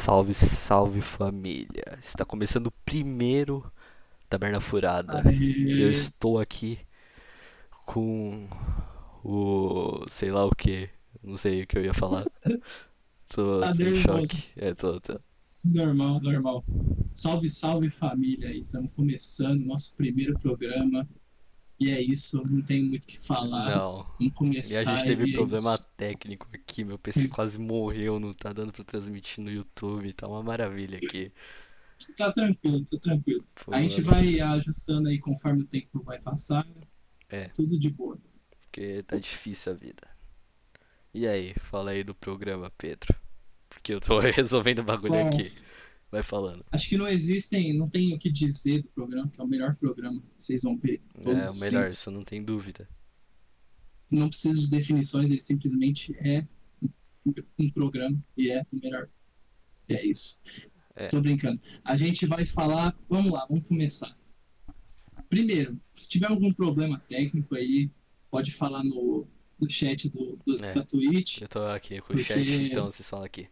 Salve, salve família! Está começando o primeiro Taberna Furada. Eu Aê, estou aqui com o sei lá o que, não sei o que eu ia falar. tá Tô em nervoso. choque. Tô. Normal, normal. Salve, salve família aí. Estamos começando nosso primeiro programa. E é isso, não tem muito o que falar. Não. Vamos E a começar gente teve e é problema isso. técnico aqui, meu PC quase morreu, não tá dando pra transmitir no YouTube, tá uma maravilha aqui. Tá tranquilo, tá tranquilo. Pô, A gente mano. vai ajustando aí conforme o tempo vai passar. É, Tudo de boa. porque tá difícil a vida. E aí, fala aí do programa, Pedro. Porque eu tô resolvendo o bagulho Bom, aqui. Vai falando. acho que não tem o que dizer do programa, que é o melhor programa que vocês vão ver todos É o os melhor, tempos. isso não tem dúvida. Não precisa de definições, ele simplesmente é um programa e é o melhor. E é isso. É, Tô brincando. A gente vai falar. Vamos lá, vamos começar. Primeiro, se tiver algum problema técnico aí, pode falar no chat é. da Twitch, Eu tô aqui com o chat, porque então vocês falam aqui.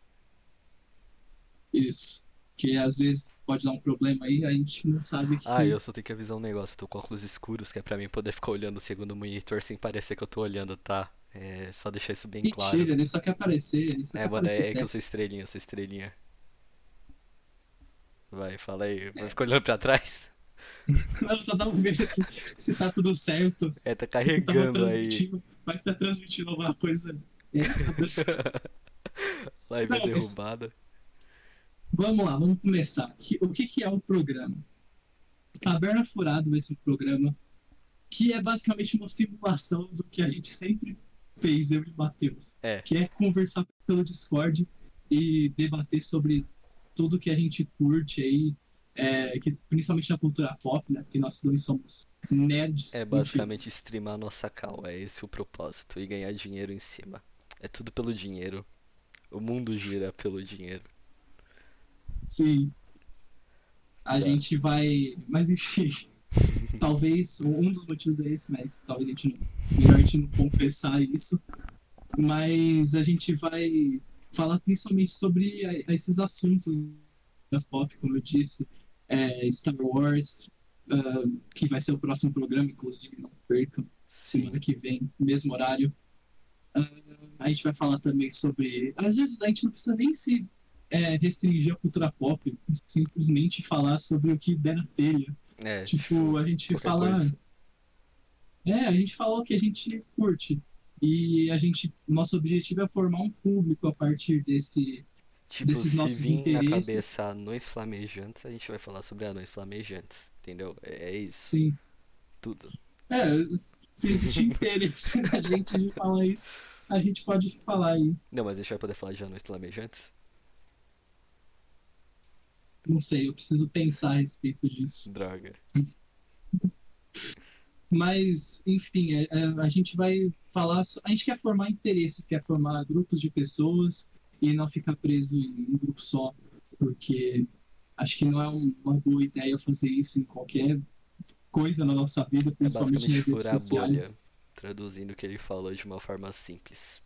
isso. Que às vezes pode dar um problema aí, a gente não sabe Ah, que. eu só tenho que avisar um negócio. Tô com óculos escuros, que é pra mim poder ficar olhando o segundo monitor sem parecer que eu tô olhando, tá? É só deixar isso bem claro. Mentira, ele só quer aparecer, ele só É, quer mano, aparecer é que sexy. eu sou estrelinha. Vai, fala aí. Vai ficar olhando pra trás? Eu só tava vendo aqui se tá tudo certo. É, tá Eu tava carregando aí. transmitindo, vai estar transmitindo alguma coisa errada. Live é Não, mas derrubada. vamos lá, vamos começar. O que que é o programa? Taberna Furado vai ser um programa que é basicamente uma simulação do que a gente sempre fez, eu e o Matheus, É, que é conversar pelo Discord e debater sobre tudo que a gente curte aí, que, principalmente na cultura pop, né? Porque nós dois somos é nerds, enfim. basicamente streamar a nossa cal. É esse o propósito. E ganhar dinheiro em cima. É tudo pelo dinheiro. O mundo gira pelo dinheiro. Sim, a Já. gente vai. Mas enfim, talvez um dos motivos é esse, mas talvez a gente não. Melhor a gente não confessar isso. Mas a gente vai falar principalmente sobre esses assuntos da pop, como eu disse, Star Wars, que vai ser o próximo programa, inclusive, não percam, Sim. semana que vem, mesmo horário. A gente vai falar também sobre. Às vezes a gente não precisa nem se restringir à cultura pop, simplesmente falar sobre o que der na telha. É, Tipo, tipo, a gente qualquer fala coisa. a gente fala o que a gente curte. E nosso objetivo é formar um público a partir Tipo, desses se nossos vir na interesses. cabeça anões flamejantes, a gente vai falar sobre anões flamejantes. Entendeu? É isso. Sim. Tudo. É, se existe interesse na gente de falar isso, a gente pode falar aí. Não, mas a gente vai poder falar de anões flamejantes? Não sei, eu preciso pensar a respeito disso. Droga. Mas, enfim, a gente vai falar. A gente quer formar interesses, quer formar grupos de pessoas e não ficar preso em um grupo só, porque acho que não é uma boa ideia fazer isso em qualquer coisa na nossa vida, É principalmente basicamente nas redes furar a bolha, sociais. traduzindo o que ele falou de uma forma simples.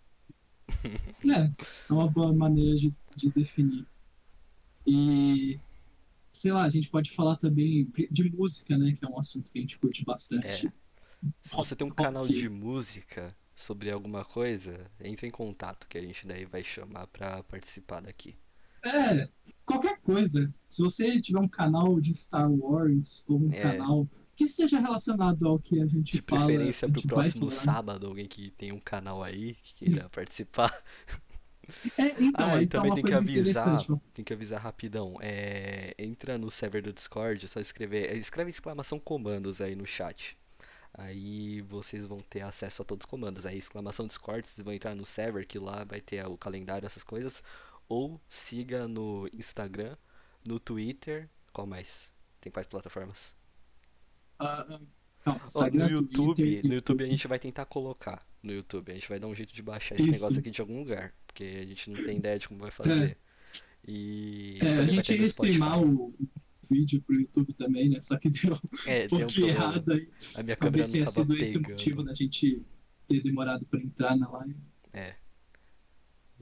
É uma boa maneira de definir. E, sei lá, a gente pode falar também de música, né? Que é um assunto que a gente curte É. bastante. Se você tem um canal de Rock. música sobre alguma coisa, entre em contato que a gente daí vai chamar pra participar daqui. Qualquer coisa. Se você tiver um canal de Star Wars ou um É, canal que seja relacionado ao que a gente de fala, preferência a pro gente vai próximo falar. sábado, alguém que tem um canal aí que queira participar. Então, Ah, e aí tá também uma coisa interessante. tem que avisar rapidão. Entra no server do Discord, é só escreve exclamação comandos aí no chat. Aí vocês vão ter acesso a todos os comandos. Aí exclamação Discord, vocês vão entrar no server que lá vai ter o calendário, essas coisas. Ou siga no Instagram, no Twitter, qual mais? Tem quais plataformas? Ah, calma, Ó, Instagram, Twitter, No YouTube a YouTube. gente vai tentar colocar. No YouTube, a gente vai dar um jeito de baixar esse negócio Isso. aqui de algum lugar, porque a gente não tem ideia de como vai É, fazer. E a também vai gente ter no ia streamar Spotify. o vídeo pro YouTube também, né? Só que deu um É, tem um pouquinho problema. errado aí. A minha câmera Talvez não tenha tava sido esse o motivo pegando. da gente ter demorado para entrar na live. É.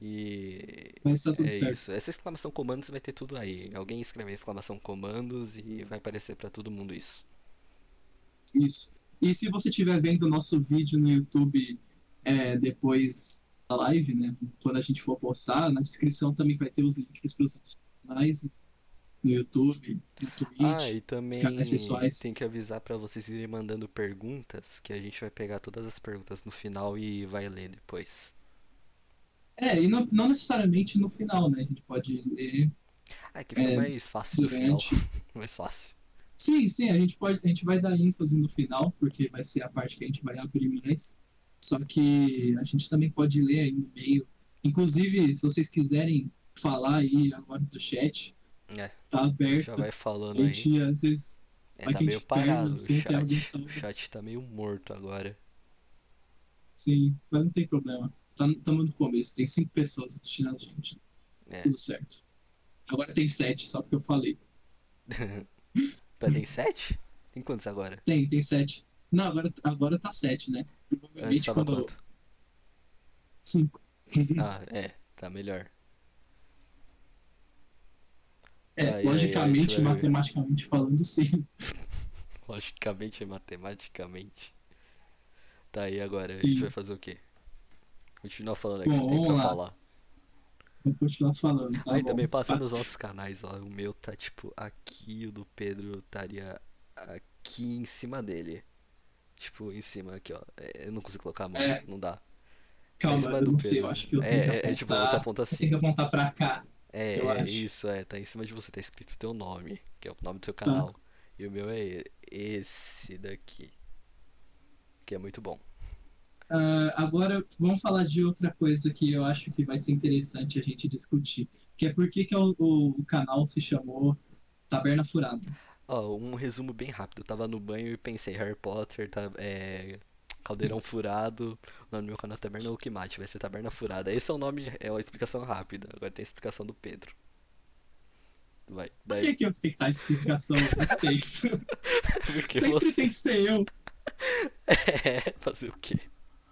E Mas tá tudo é certo. isso. Essa exclamação comandos vai ter tudo aí. Alguém escrever exclamação comandos e vai aparecer pra todo mundo isso. Isso. E se você estiver vendo o nosso vídeo no YouTube depois da live, né? Quando a gente for postar, na descrição também vai ter os links para os nossos canais no YouTube, no Ah, Twitch, e os canais também pessoais. tem que avisar pra vocês irem mandando perguntas, que a gente vai pegar todas as perguntas no final e vai ler depois. E não necessariamente no final, né? A gente pode ler Ah, que fica é, mais fácil no final. durante. Mais fácil. Sim, sim, a gente vai dar ênfase no final, porque vai ser a parte que a gente vai abrir mais. Só que a gente também pode ler aí no meio. Inclusive, se vocês quiserem falar aí agora do chat, É, tá já aberto. vai A falando aí. gente, às vezes, É, vai tá que a meio gente perde o parado o assunto e alguém chat. O salva. chat tá meio morto agora. Sim, mas não tem problema. Estamos no começo, tem 5 pessoas assistindo a gente. É. Tudo certo. Agora tem 7, só porque eu falei. Pera, tem 7? Tem quantos agora? Tem 7. Não, agora tá 7, né? Antes Provavelmente tava quando. quanto? 5. Ah, é, tá melhor. Tá, e aí a gente Logicamente, vai ver. matematicamente falando, sim. Logicamente e matematicamente. Tá, e agora? A gente vai Sim. fazer o quê? Continuar falando aí que Bom, você tem pra vamos lá. falar. Vou continuar falando, tá Aí bom. também passa nos nossos canais, ó. O meu tá tipo aqui, o do Pedro estaria aqui em cima dele. Tipo, em cima aqui, ó. É, eu não consigo colocar a mão, É, não dá. Tá em calma, cima eu do não sei, eu Pedro. acho que eu tenho que Tipo, você apontar. aponta Eu tenho que assim. apontar pra cá, eu acho. Isso, tá em cima de você, tá escrito teu nome, que é o nome do seu Tá. canal. E o meu é esse daqui, que é muito bom. Agora, vamos falar de outra coisa que eu acho que vai ser interessante a gente discutir. Que é por que, que o canal se chamou Taberna Furada. Ó, um resumo bem rápido. Eu tava no banho e pensei, Harry Potter, Caldeirão Furado. O nome do meu canal é Taberna Ultimate, vai ser Taberna Furada. Esse é o nome, é uma explicação rápida. Agora tem a explicação do Pedro. Vai, Por daí. que, que eu tenho que dar explicação? Gostei. Porque Sempre você. tem que ser eu. Fazer o quê?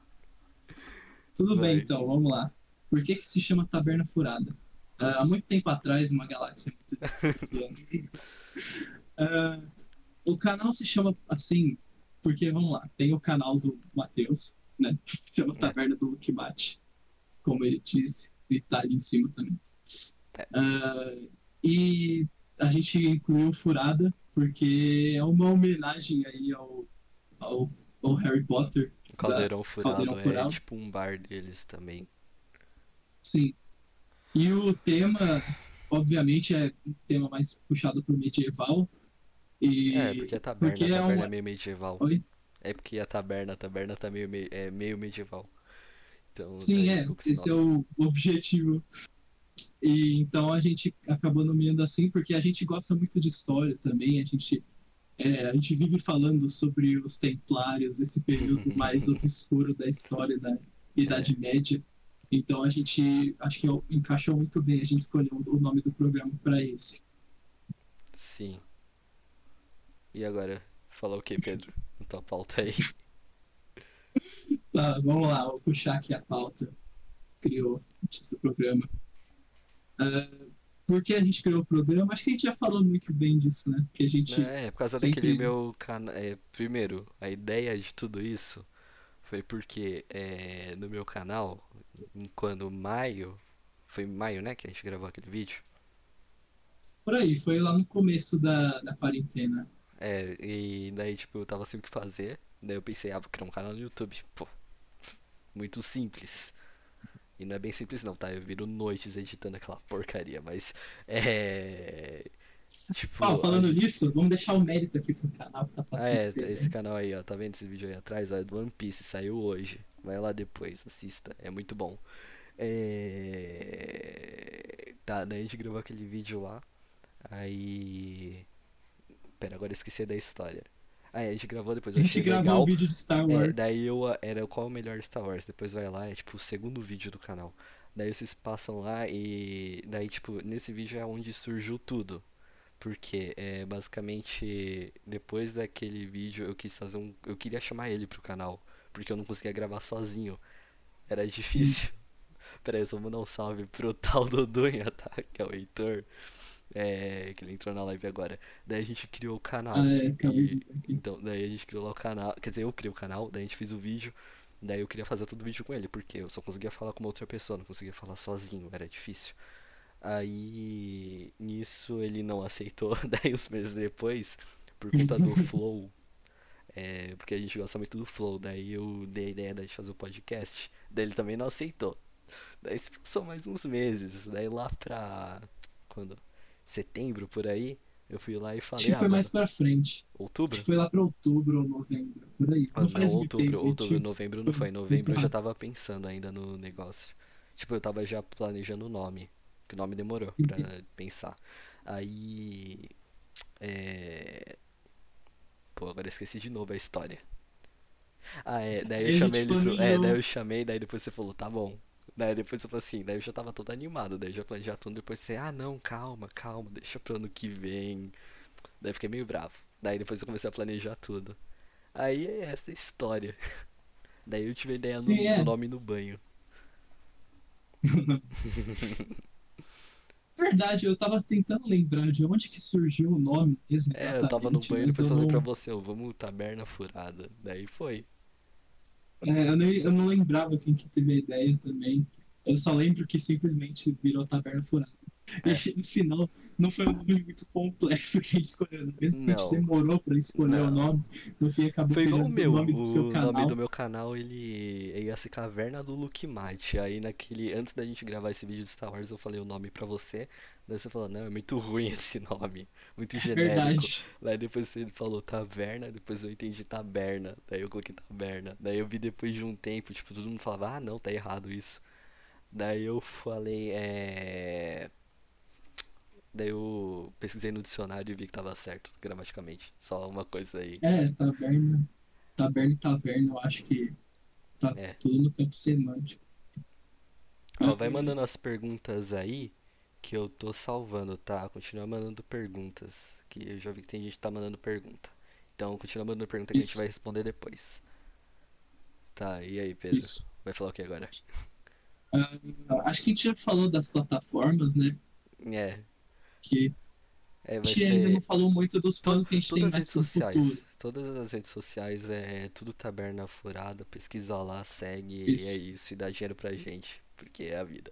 Tudo bem, Vai. então, vamos lá. Por que, que se chama Taberna Furada? Há muito tempo atrás, uma galáxia muito distante, ah, o canal se chama assim, porque, vamos lá, tem o canal do Matheus, né? Que se chama É, Taberna do Luke Mate, como ele disse, ele tá ali em cima também. é. Ah, e a gente incluiu Furada porque é uma homenagem aí ao, ao Harry Potter, O da Caldeirão Caldeirão Furado é Furado. tipo um bar deles também. Sim. E o tema, obviamente, é um tema mais puxado pro medieval. É, porque E porque a é taberna um. é meio medieval. Oi? É porque a taberna tá meio medieval. Então Sim, daí ficou com esse esse é nome. o objetivo. E então a gente acabou nomeando assim porque a gente gosta muito de história também. A gente vive falando sobre os Templários, esse período mais obscuro da história da É, Idade Média. Então a gente acho que encaixou muito bem a gente escolheu o nome do programa para esse. sim. E agora? Falar o que, Pedro? Na tua pauta aí. Tá, vamos lá, vou puxar aqui a pauta. Criou antes do programa. Por que a gente criou o programa? Acho que a gente já falou muito bem disso, né? Que a gente É, por causa daquele sempre. meu canal. Primeiro, a ideia de tudo isso foi porque no meu canal, quando maio. Foi em maio, né? Que a gente gravou aquele vídeo. Por aí, foi lá no começo da quarentena. E daí, tipo, eu tava sem o que fazer. Daí eu pensei, vou criar um canal no YouTube. Pô, muito simples. E não é bem simples não, tá? Eu viro noites editando aquela porcaria, mas tipo, a Falando gente. nisso, vamos deixar o mérito aqui pro canal que tá passando Esse bem. canal aí, ó, tá vendo esse vídeo aí atrás? Ó, é do One Piece, saiu hoje. Vai lá depois, assista, é muito bom. Tá, daí a gente gravou aquele vídeo lá. Aí. Pera, agora eu esqueci da história. A gente gravou depois, A eu gente achei gravou o legal. vídeo de Star Wars. Daí era qual o melhor Star Wars. Depois vai lá, é tipo o segundo vídeo do canal. Daí vocês passam lá e. Daí, tipo, nesse vídeo é onde surgiu tudo. Porque basicamente depois daquele vídeo eu quis fazer um. Eu queria chamar ele pro canal. Porque eu não conseguia gravar sozinho. Era Sim. difícil. Pera aí, só mandar um salve pro tal do Dunha, tá? Que é o Heitor. Que ele entrou na live agora. Daí a gente criou o Ah, canal. acabei de E ver aqui. então, daí a gente criou lá o canal. Quer dizer, eu criei o canal, daí a gente fez o vídeo. Daí eu queria fazer todo o vídeo com ele, porque eu só conseguia falar com uma outra pessoa, não conseguia falar sozinho, era difícil. Aí nisso ele não aceitou, daí uns meses depois, por conta do Flow, porque a gente gosta muito do Flow, daí eu dei a ideia de fazer o podcast, daí ele também não aceitou. Daí se passou mais uns meses, daí lá pra quando? Setembro por aí, eu fui lá e Acho falei, que ah, foi mais mano, pra frente. Acho que outubro? foi lá pra outubro ou novembro, por aí. Ah, Não não, faz muito tempo, a outubro, gente novembro não foi foi. muito Novembro eu já rápido. tava pensando ainda no negócio. Tipo, eu tava já planejando o nome. Que o nome demorou pra Entendi. pensar. Aí. É... Pô, agora eu esqueci de novo a história. Ah, daí eu Aí a chamei gente ele pro. Daí planejou. eu chamei, daí depois você falou, tá bom. Daí depois eu falei assim, daí eu já tava todo animado, daí eu já planejava tudo, depois você, ah não, calma, calma, deixa pro ano que vem. Daí eu fiquei meio bravo. Daí depois eu comecei a planejar tudo. Aí é essa a história. Daí eu tive a ideia Sim, do é. nome no banho. Verdade, eu tava tentando lembrar de onde que surgiu o nome mesmo Eu tava no exatamente, banho e mas depois eu falei pra não, você, ó, vamos taberna furada. Daí foi. eu não lembrava quem que teve a ideia também. Eu só lembro que simplesmente virou Taverna Furada. E É. no final, não foi um nome muito complexo que a gente escolheu, né? Mesmo que a gente Não, demorou pra escolher o não. nome, no fim acabou Foi igual o virando o meu. nome do seu O nome do canal. meu canal, ele ia ser Caverna do Luke Mate. Aí naquele. Antes da gente gravar esse vídeo de Star Wars, eu falei o nome pra você. Daí você falou, não, é muito ruim esse nome. Muito genérico. Verdade. Daí depois você falou taverna, depois eu entendi taberna. Daí eu coloquei taberna. Daí eu vi depois de um tempo, tipo, todo mundo falava, ah não, tá errado isso. Daí eu falei, Daí eu pesquisei no dicionário e vi que tava certo, gramaticalmente. Só uma coisa aí. É, taberna e taverna, eu acho que tá É. tudo no campo semântico. Ó, Ah, vai mandando as perguntas aí que eu tô salvando, tá? Continua mandando perguntas. Que eu já vi que tem gente que tá mandando pergunta. Então continua mandando pergunta que a gente vai isso, responder depois. Tá, e aí, Pedro? isso. Vai falar o que agora? Ah, acho que a gente já falou das plataformas, né? É, Que a vai gente ainda não ser falou muito dos planos que a gente tem todas as mais redes pro sociais. futuro. Todas as redes sociais é tudo taberna furada. Pesquisa lá, segue e é Isso. isso. E dá dinheiro pra gente, porque é a vida.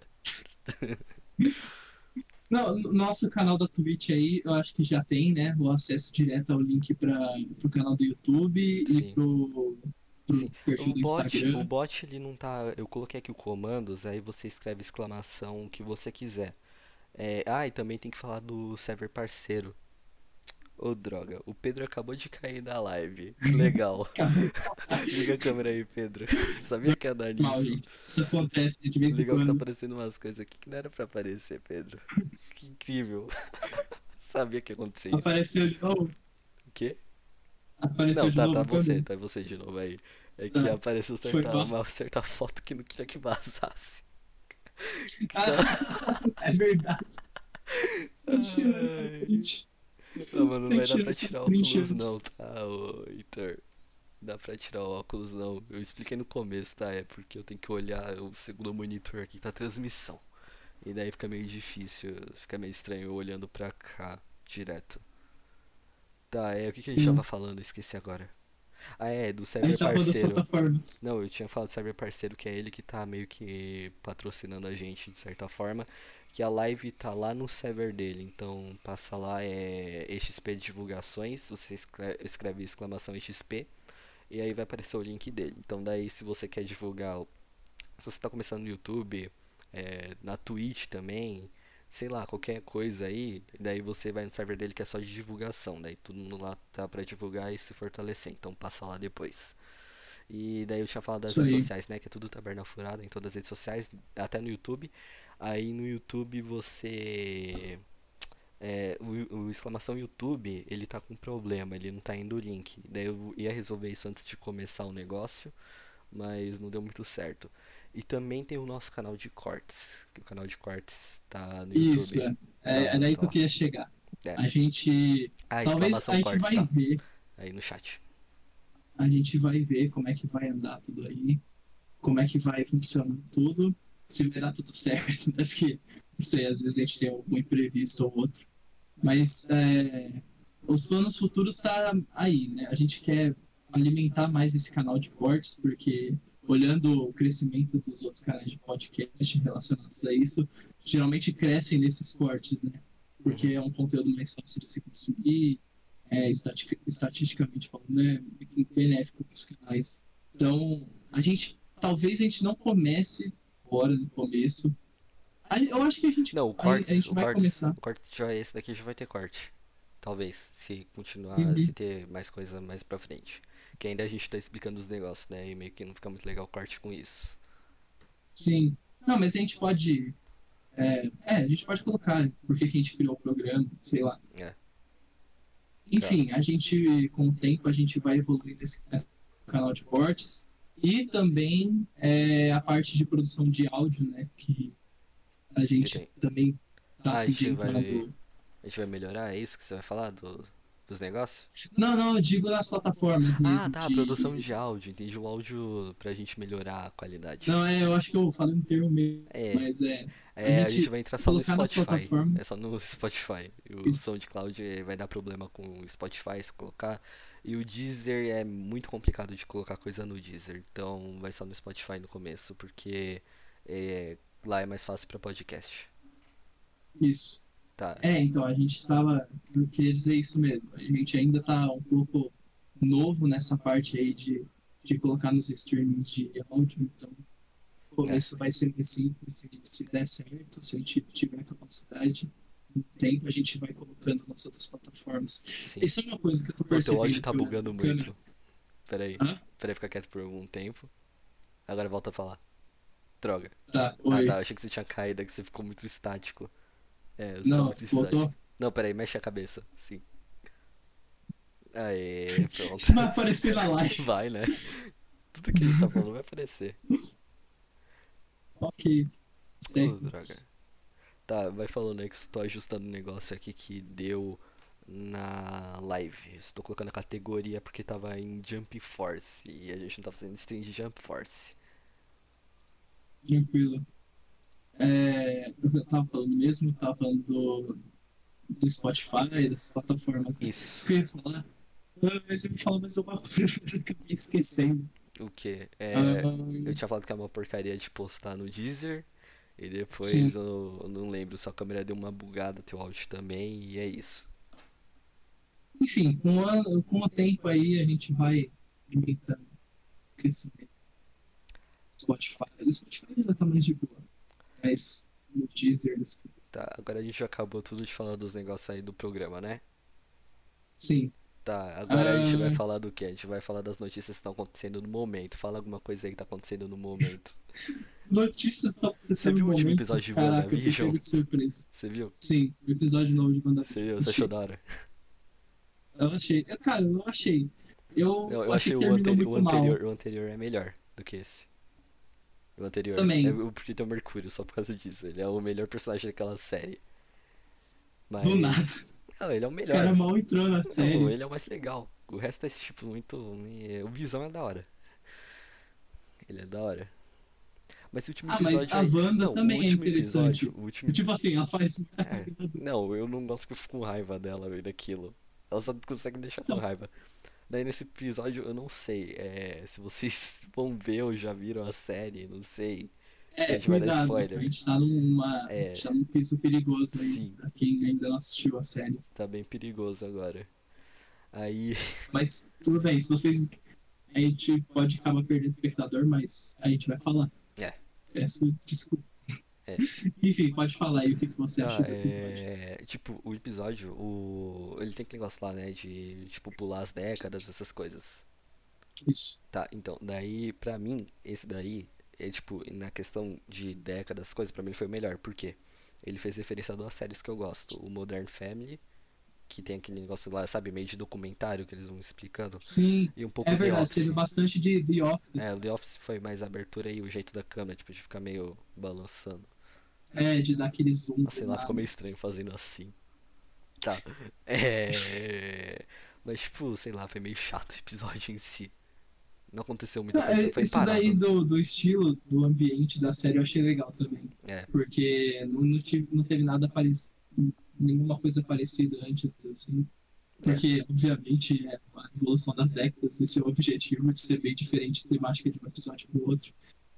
Não, no nosso canal da Twitch aí, eu acho que já tem, né? O acesso direto ao link para o canal do YouTube e Sim. pro Sim, perfil do o Instagram. bot ele não tá. Eu coloquei aqui o comandos, aí você escreve exclamação o que você quiser. E também tem que falar do server parceiro. Ô droga, o Pedro acabou de cair da live. Que legal. Acabou. Liga a câmera aí, Pedro. Sabia que ia dar Normal, nisso? gente. Isso acontece de vez em Legal que tá quando. aparecendo umas coisas aqui que não era pra aparecer, Pedro. Que incrível. Sabia que ia acontecer isso. Apareceu de novo? O quê? Apareceu Não, de tá novo? você, Cadê? tá você de novo aí. É que Tá. apareceu Foi mal. uma certa foto que não queria que vazasse. Que Ah, que ela- é verdade. Tem que tirar essa Ai. print. Ah, mano, não Tem que vai dar tirar pra essa tirar print óculos não, antes. tá, ô Heitor? Não dá pra tirar o óculos não. Eu expliquei no começo, tá? É porque eu tenho que olhar o segundo monitor aqui, tá a transmissão. E daí fica meio difícil, fica meio estranho eu olhando pra cá direto. Tá, o que que a gente tava Sim. falando? Esqueci agora. Ah, do A server gente já falou das parceiro. plataformas. Não, eu tinha falado do server parceiro, que é ele que tá meio que patrocinando a gente de certa forma. Que a live tá lá no server dele, então passa lá, XP Divulgações, você escreve exclamação XP e aí vai aparecer o link dele. Então daí se você quer divulgar, se você tá começando no YouTube, na Twitch também, sei lá, qualquer coisa aí, daí você vai no server dele que é só de divulgação, daí todo mundo lá tá pra divulgar e se fortalecer, então passa lá depois. E daí eu tinha falado das Isso redes aí. sociais, né? Que é tudo Taberna Furada em todas as redes sociais, até no YouTube. Aí no YouTube você. O exclamação YouTube, ele tá com problema, ele não tá indo o link. Daí eu ia resolver isso antes de começar o negócio, mas não deu muito certo. E também tem o nosso canal de cortes, que o canal de cortes tá no Isso, YouTube. é. É daí Tá que eu lá. queria chegar. É. A gente. Talvez a Exclamação gente cortes vai tá ver. aí no chat. A gente vai ver como é que vai andar tudo aí. Como é que vai funcionar tudo. se vai dar tudo certo, né? Porque, não sei, às vezes a gente tem algum imprevisto ou outro. Mas os planos futuros tá aí, né? A gente quer alimentar mais esse canal de cortes, porque olhando o crescimento dos outros canais de podcast relacionados a isso, geralmente crescem nesses cortes, né? Porque Uhum. é um conteúdo mais fácil de se consumir, estatisticamente falando, é muito benéfico para os canais. Então, talvez a gente não comece agora no começo. Eu acho que Não, a gente vai começar. o cortes já, esse daqui já vai ter corte. Talvez, se continuar, se Uhum. ter mais coisa mais pra frente. Que ainda a gente tá explicando os negócios, né? E meio que não fica muito legal o corte com isso. Sim. Não, mas a gente pode. A gente pode colocar por que que a gente criou o programa, sei lá. É, tá. Enfim, a gente, com o tempo, a gente vai evoluindo esse canal de cortes. E também a parte de produção de áudio, né? Que a Que gente tem. também tá a Ah, fim de entrar do. a gente vai melhorar, é isso que você vai falar dos negócios? Não, não, eu digo nas plataformas Ah, mesmo, tá, produção de. de áudio, entendi o áudio pra gente melhorar a qualidade. Não, eu acho que eu falei um termo meio, É, mas a a gente gente vai entrar só no colocar nas Spotify. É só plataformas. no Spotify. O Isso. SoundCloud vai dar problema com o Spotify se colocar. E o Deezer é muito complicado de colocar coisa no Deezer. Então vai só no Spotify no começo, porque lá é mais fácil pra podcast. Isso. Tá, Então, a gente estava. Eu queria dizer isso mesmo. A gente ainda está um pouco novo nessa parte aí de colocar nos streamings de áudio, então o é, começo vai ser mais simples, se der certo, se a gente tiver capacidade, com o tempo a gente vai colocando nas outras plataformas. sim. Isso é uma coisa que eu tô O teu áudio percebendo tá que olhando bugando a câmera. muito. Peraí. Ah, Peraí, fica quieto por algum tempo. Agora volta a falar. Droga. tá, Ah tá, oi. eu achei que você tinha caído, é que você ficou muito estático. É, você tá Não, muito estático. voltou. Não, peraí, mexe a cabeça. Sim. Aê, pronto. Isso vai aparecer na live. Vai, né? Tudo que a gente tá falando vai aparecer. Ok, os Droga. técnicos. Tá, vai falando aí que eu tô ajustando o negócio aqui que deu na live. Estou colocando a categoria porque tava em Jump Force e a gente não tá fazendo stream de Jump Force. Tranquilo. Eu tava falando mesmo, tava falando do Spotify, dessas plataformas, né? Isso. O que eu ia falar? Mas eu ia falar mais uma coisa, eu acabei esquecendo. O que? Eu Ah, tinha falado que é uma porcaria de postar no Deezer. E depois sim. eu não lembro, sua câmera deu uma bugada, teu áudio também, e é isso. Enfim, com o tempo aí a gente vai alimentando o crescimento do Spotify. O Spotify já tá mais de boa, mas no Deezer, Tá, agora a gente já acabou tudo de falar dos negócios aí do programa, né? sim. Tá, agora a gente vai Ah, falar do que? A gente vai falar das notícias que estão acontecendo no momento. Fala alguma coisa aí que tá acontecendo no momento. notícias estão Você acontecendo viu no o último momento. episódio de Caraca, eu fui WandaVision? pego de surpresa. Você viu? Sim, o episódio novo de Você WandaVision viu? Você achou assisti. da hora? Eu achei. Cara, eu achei. Eu Não, eu achei achei que terminou muito mal. o anterior é melhor do que esse. O anterior. Também, Porque tem o Mercúrio, só por causa disso. Ele é o melhor personagem daquela série. do nada. Mas. Não, ele é o O cara melhor. mal entrou na Não, série. ele é o mais legal. O resto é tipo muito. O Visão é da hora. Ele é da hora. Mas esse último Ah, mas episódio a aí. Wanda Não, o também é último interessante. episódio. O último. Tipo assim, ela faz muita É. cagada. Não, eu não gosto que eu fico com raiva dela, velho, daquilo. Ela só consegue me deixar com Então, raiva. Daí nesse episódio eu não sei se vocês vão ver ou já viram a série, não sei se a gente vai dar cuidado. A spoiler. gente tá a É, gente tá num piso perigoso aí, sim, pra quem ainda não assistiu a série. tá bem perigoso agora. Aí, Mas tudo bem, se vocês. A gente pode acabar perdendo espectador, mas a gente vai falar. é, Peço desculpa. é. Enfim, pode falar aí o que você Tá, achou do episódio. tipo, o episódio, ele tem aquele negócio lá, né, de, tipo, pular as décadas, essas coisas. Isso. Tá, então, daí, pra mim, esse daí, tipo, na questão de décadas, coisas, pra mim ele foi o melhor. Por quê? Ele fez referência a duas séries que eu gosto. O Modern Family, que tem aquele negócio lá, sabe, meio de documentário que eles vão explicando. Sim, E um é pouco The verdade, teve Office. bastante de The O Office. The Office foi mais a abertura e o jeito da câmera, tipo, de ficar meio balançando. De dar aquele zoom Ah, do sei lá, ficou nada. meio estranho fazendo assim. Tá. É. Mas, tipo, sei lá, foi meio chato o episódio em si. Não aconteceu muita Ah, coisa, foi isso daí parado. do estilo, do ambiente da série eu achei legal também. É, Porque não teve nada parecido, nenhuma coisa parecida antes, assim. é. Porque, obviamente, é a evolução das décadas, esse é o objetivo de ser bem diferente a temática de um episódio pro outro.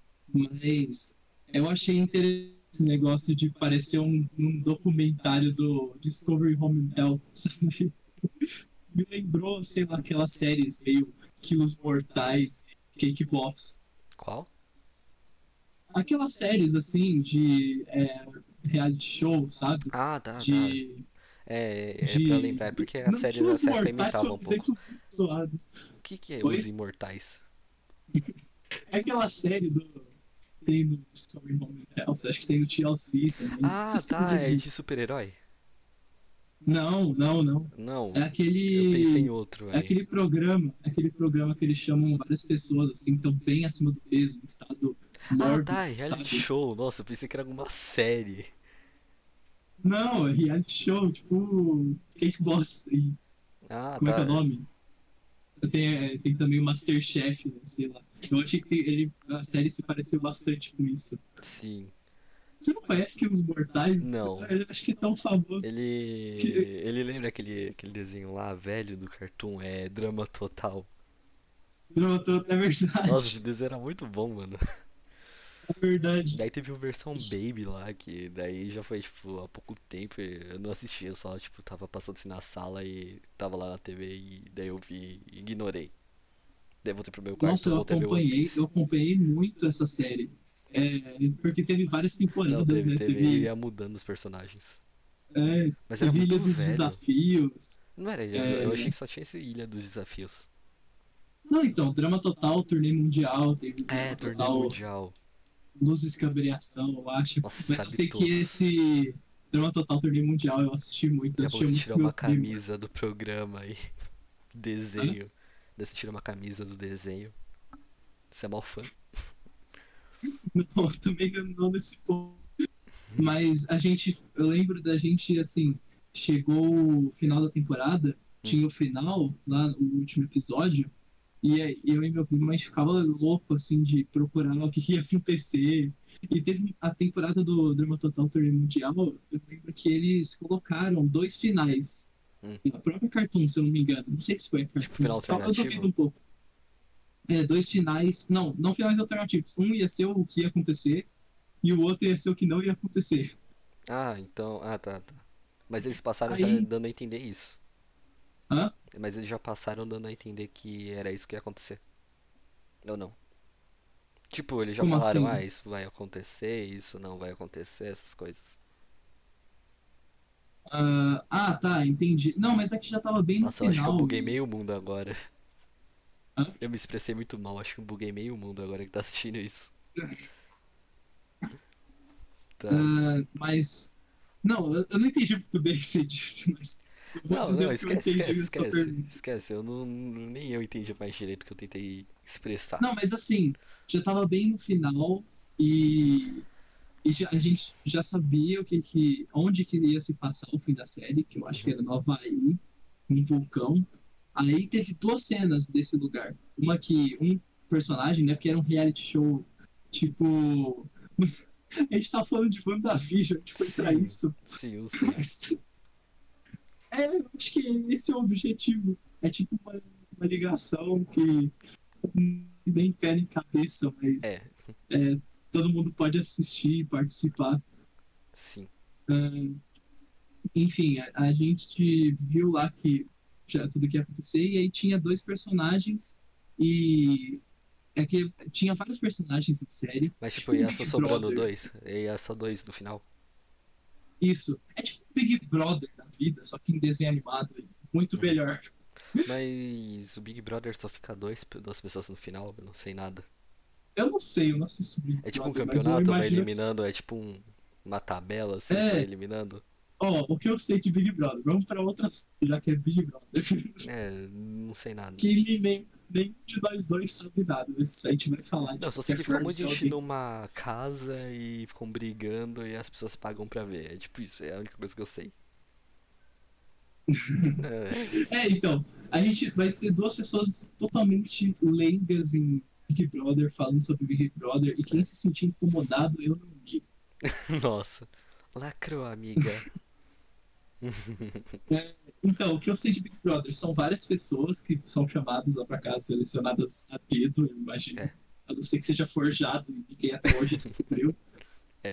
Mas eu achei interessante esse negócio de parecer um documentário do Discovery Home and Health, sabe? Me lembrou, sei lá, aquelas séries meio Quilos Mortais, Cake Boss. Qual? Aquelas séries, assim, de reality show, sabe? Ah, tá, tá. De, É pra de... lembrar, é porque as Não, séries Quilos dessa época Mortais foi imitavam um um pouco. exemplo muito zoado. O que que é Os Oi? Imortais? É aquela série do... Tem no Discovery Home and Health, acho que tem no TLC também. Ah, Essas tá, coisas é de... de super-herói? Não, não, não. É Não, eu pensei em aquele... outro É aí. aquele programa que eles chamam várias pessoas, assim, que estão bem acima do peso, em estado Ah, mórbido, tá, é reality sabe? show. Nossa, eu pensei que era alguma série. Não, é reality show, tipo... Cake Boss. E, Ah, como é que é o tá, nome? Tem também o Masterchef, né, sei lá. Eu achei que a série se pareceu bastante com isso. sim. Você não conhece que os Mortais? Não. Eu acho que é tão famoso que... Ele lembra aquele desenho lá, velho, do Cartoon? É Drama Total. Não, é Nossa, esse verdade. desenho era muito bom, mano. É verdade. Daí teve uma versão Baby lá, que daí já foi, tipo, há pouco tempo. Eu não assistia, só, tipo, tava passando assim na sala e tava lá na TV e daí eu vi e ignorei. Daí voltei pro meu quarto, Nossa, voltei a ver One eu Piece. acompanhei muito essa série. É, porque teve várias Não, temporadas, né? e ia mudando os personagens. Mas era Teve muito Ilha dos velho. Desafios. Não era Ilha eu achei É, que só tinha esse Ilha dos Desafios. não, então, Drama Total, Turnê Mundial, teve É, Drama torneio Total, mundial. Luz e Escambreação, eu acho. Nossa, Mas eu sabe sei que todos. esse Drama Total, Turnê Mundial, eu assisti muito. Eu Daqui a pouco assistia você muito tirar com uma meu primo. camisa do programa aí. Hã? Desenho. Daí você tira uma camisa do desenho. Você é mal fã. Não, também não nesse ponto. Mas eu lembro da gente, assim, chegou o final da temporada, Hum. tinha o final, lá, o último episódio, e aí eu e meu primo, a gente ficava louco, assim, de procurar o que ia acontecer. E teve a temporada do Drama Total Torneio Mundial, eu lembro que eles colocaram dois finais. Hum. A própria Cartoon, se eu não me engano. Não sei se foi a Tipo, Cartoon. final Eu duvido alternativo? um pouco. Dois finais. Não finais alternativos. Um ia ser o que ia acontecer, e o outro ia ser o que não ia acontecer. Ah, então. Ah, tá, tá. Mas eles passaram já Aí. dando a entender isso. Hã? Mas eles já passaram dando a entender que era isso que ia acontecer. Ou não? Tipo, eles já Como falaram, ah, assim? isso vai acontecer, isso não vai acontecer, essas coisas. Tá, entendi. Não, mas é que já tava bem no Nossa, eu acho que eu final buguei e. meio mundo agora. Hã? Eu me expressei muito mal, acho que eu buguei meio mundo agora que tá assistindo isso. Tá. Mas. Não, eu não entendi muito bem o que você disse, mas eu vou Não, dizer não, o que eu esquece, entendi esquece, da sua esquece. pergunta. Esquece, eu não. Nem eu entendi mais direito o que eu tentei expressar. Não, mas assim, já tava bem no final e, a gente já sabia onde que ia se passar o fim da série, que eu acho que Uhum. era no Havaí, um vulcão. Aí teve duas cenas desse lugar. Uma que um personagem, né, porque era um reality show, tipo. A gente tá falando de WandaVision, a gente foi pra Sim, isso. sim, eu sei. Mas, eu acho que esse é o objetivo. É tipo uma ligação que nem pé nem cabeça, É, mas todo mundo pode assistir e participar. sim. Ah, enfim, a gente viu lá que já tudo que ia acontecer, e aí tinha dois personagens, e é que tinha vários personagens na série, Mas tipo, tipo um ia só Big sobrando Brother, dois? assim. Ia só dois no final? Isso. É tipo um Big Brother da vida, só que em desenho animado. Muito Uhum. melhor. Mas o Big Brother só fica duas pessoas no final, eu não sei nada. Eu não sei, eu não assisto Big É tipo um Brother, mas eu campeonato, vai imagino que. eliminando, é tipo uma tabela assim, vai É, eliminando. o que eu sei de Big Brother? Vamos pra outra, já que é Big Brother. É, não sei nada. Que nem de nós dois sabe nada, mas a gente vai falar Não, de só sei qualquer que fica um forma monte de se gente alguém. numa casa e ficam brigando e as pessoas pagam pra ver. É tipo isso, é a única coisa que eu sei. É, Então, a gente vai ser duas pessoas totalmente leigas em Big Brother, falando sobre Big Brother, e quem é. se sentir incomodado, eu não ligo. Nossa. Lacrou, amiga. Então, o que eu sei de Big Brother são várias pessoas que são chamadas lá pra casa, selecionadas a dedo, eu imagino. É, A não ser que seja forjado e ninguém até hoje descobriu. é.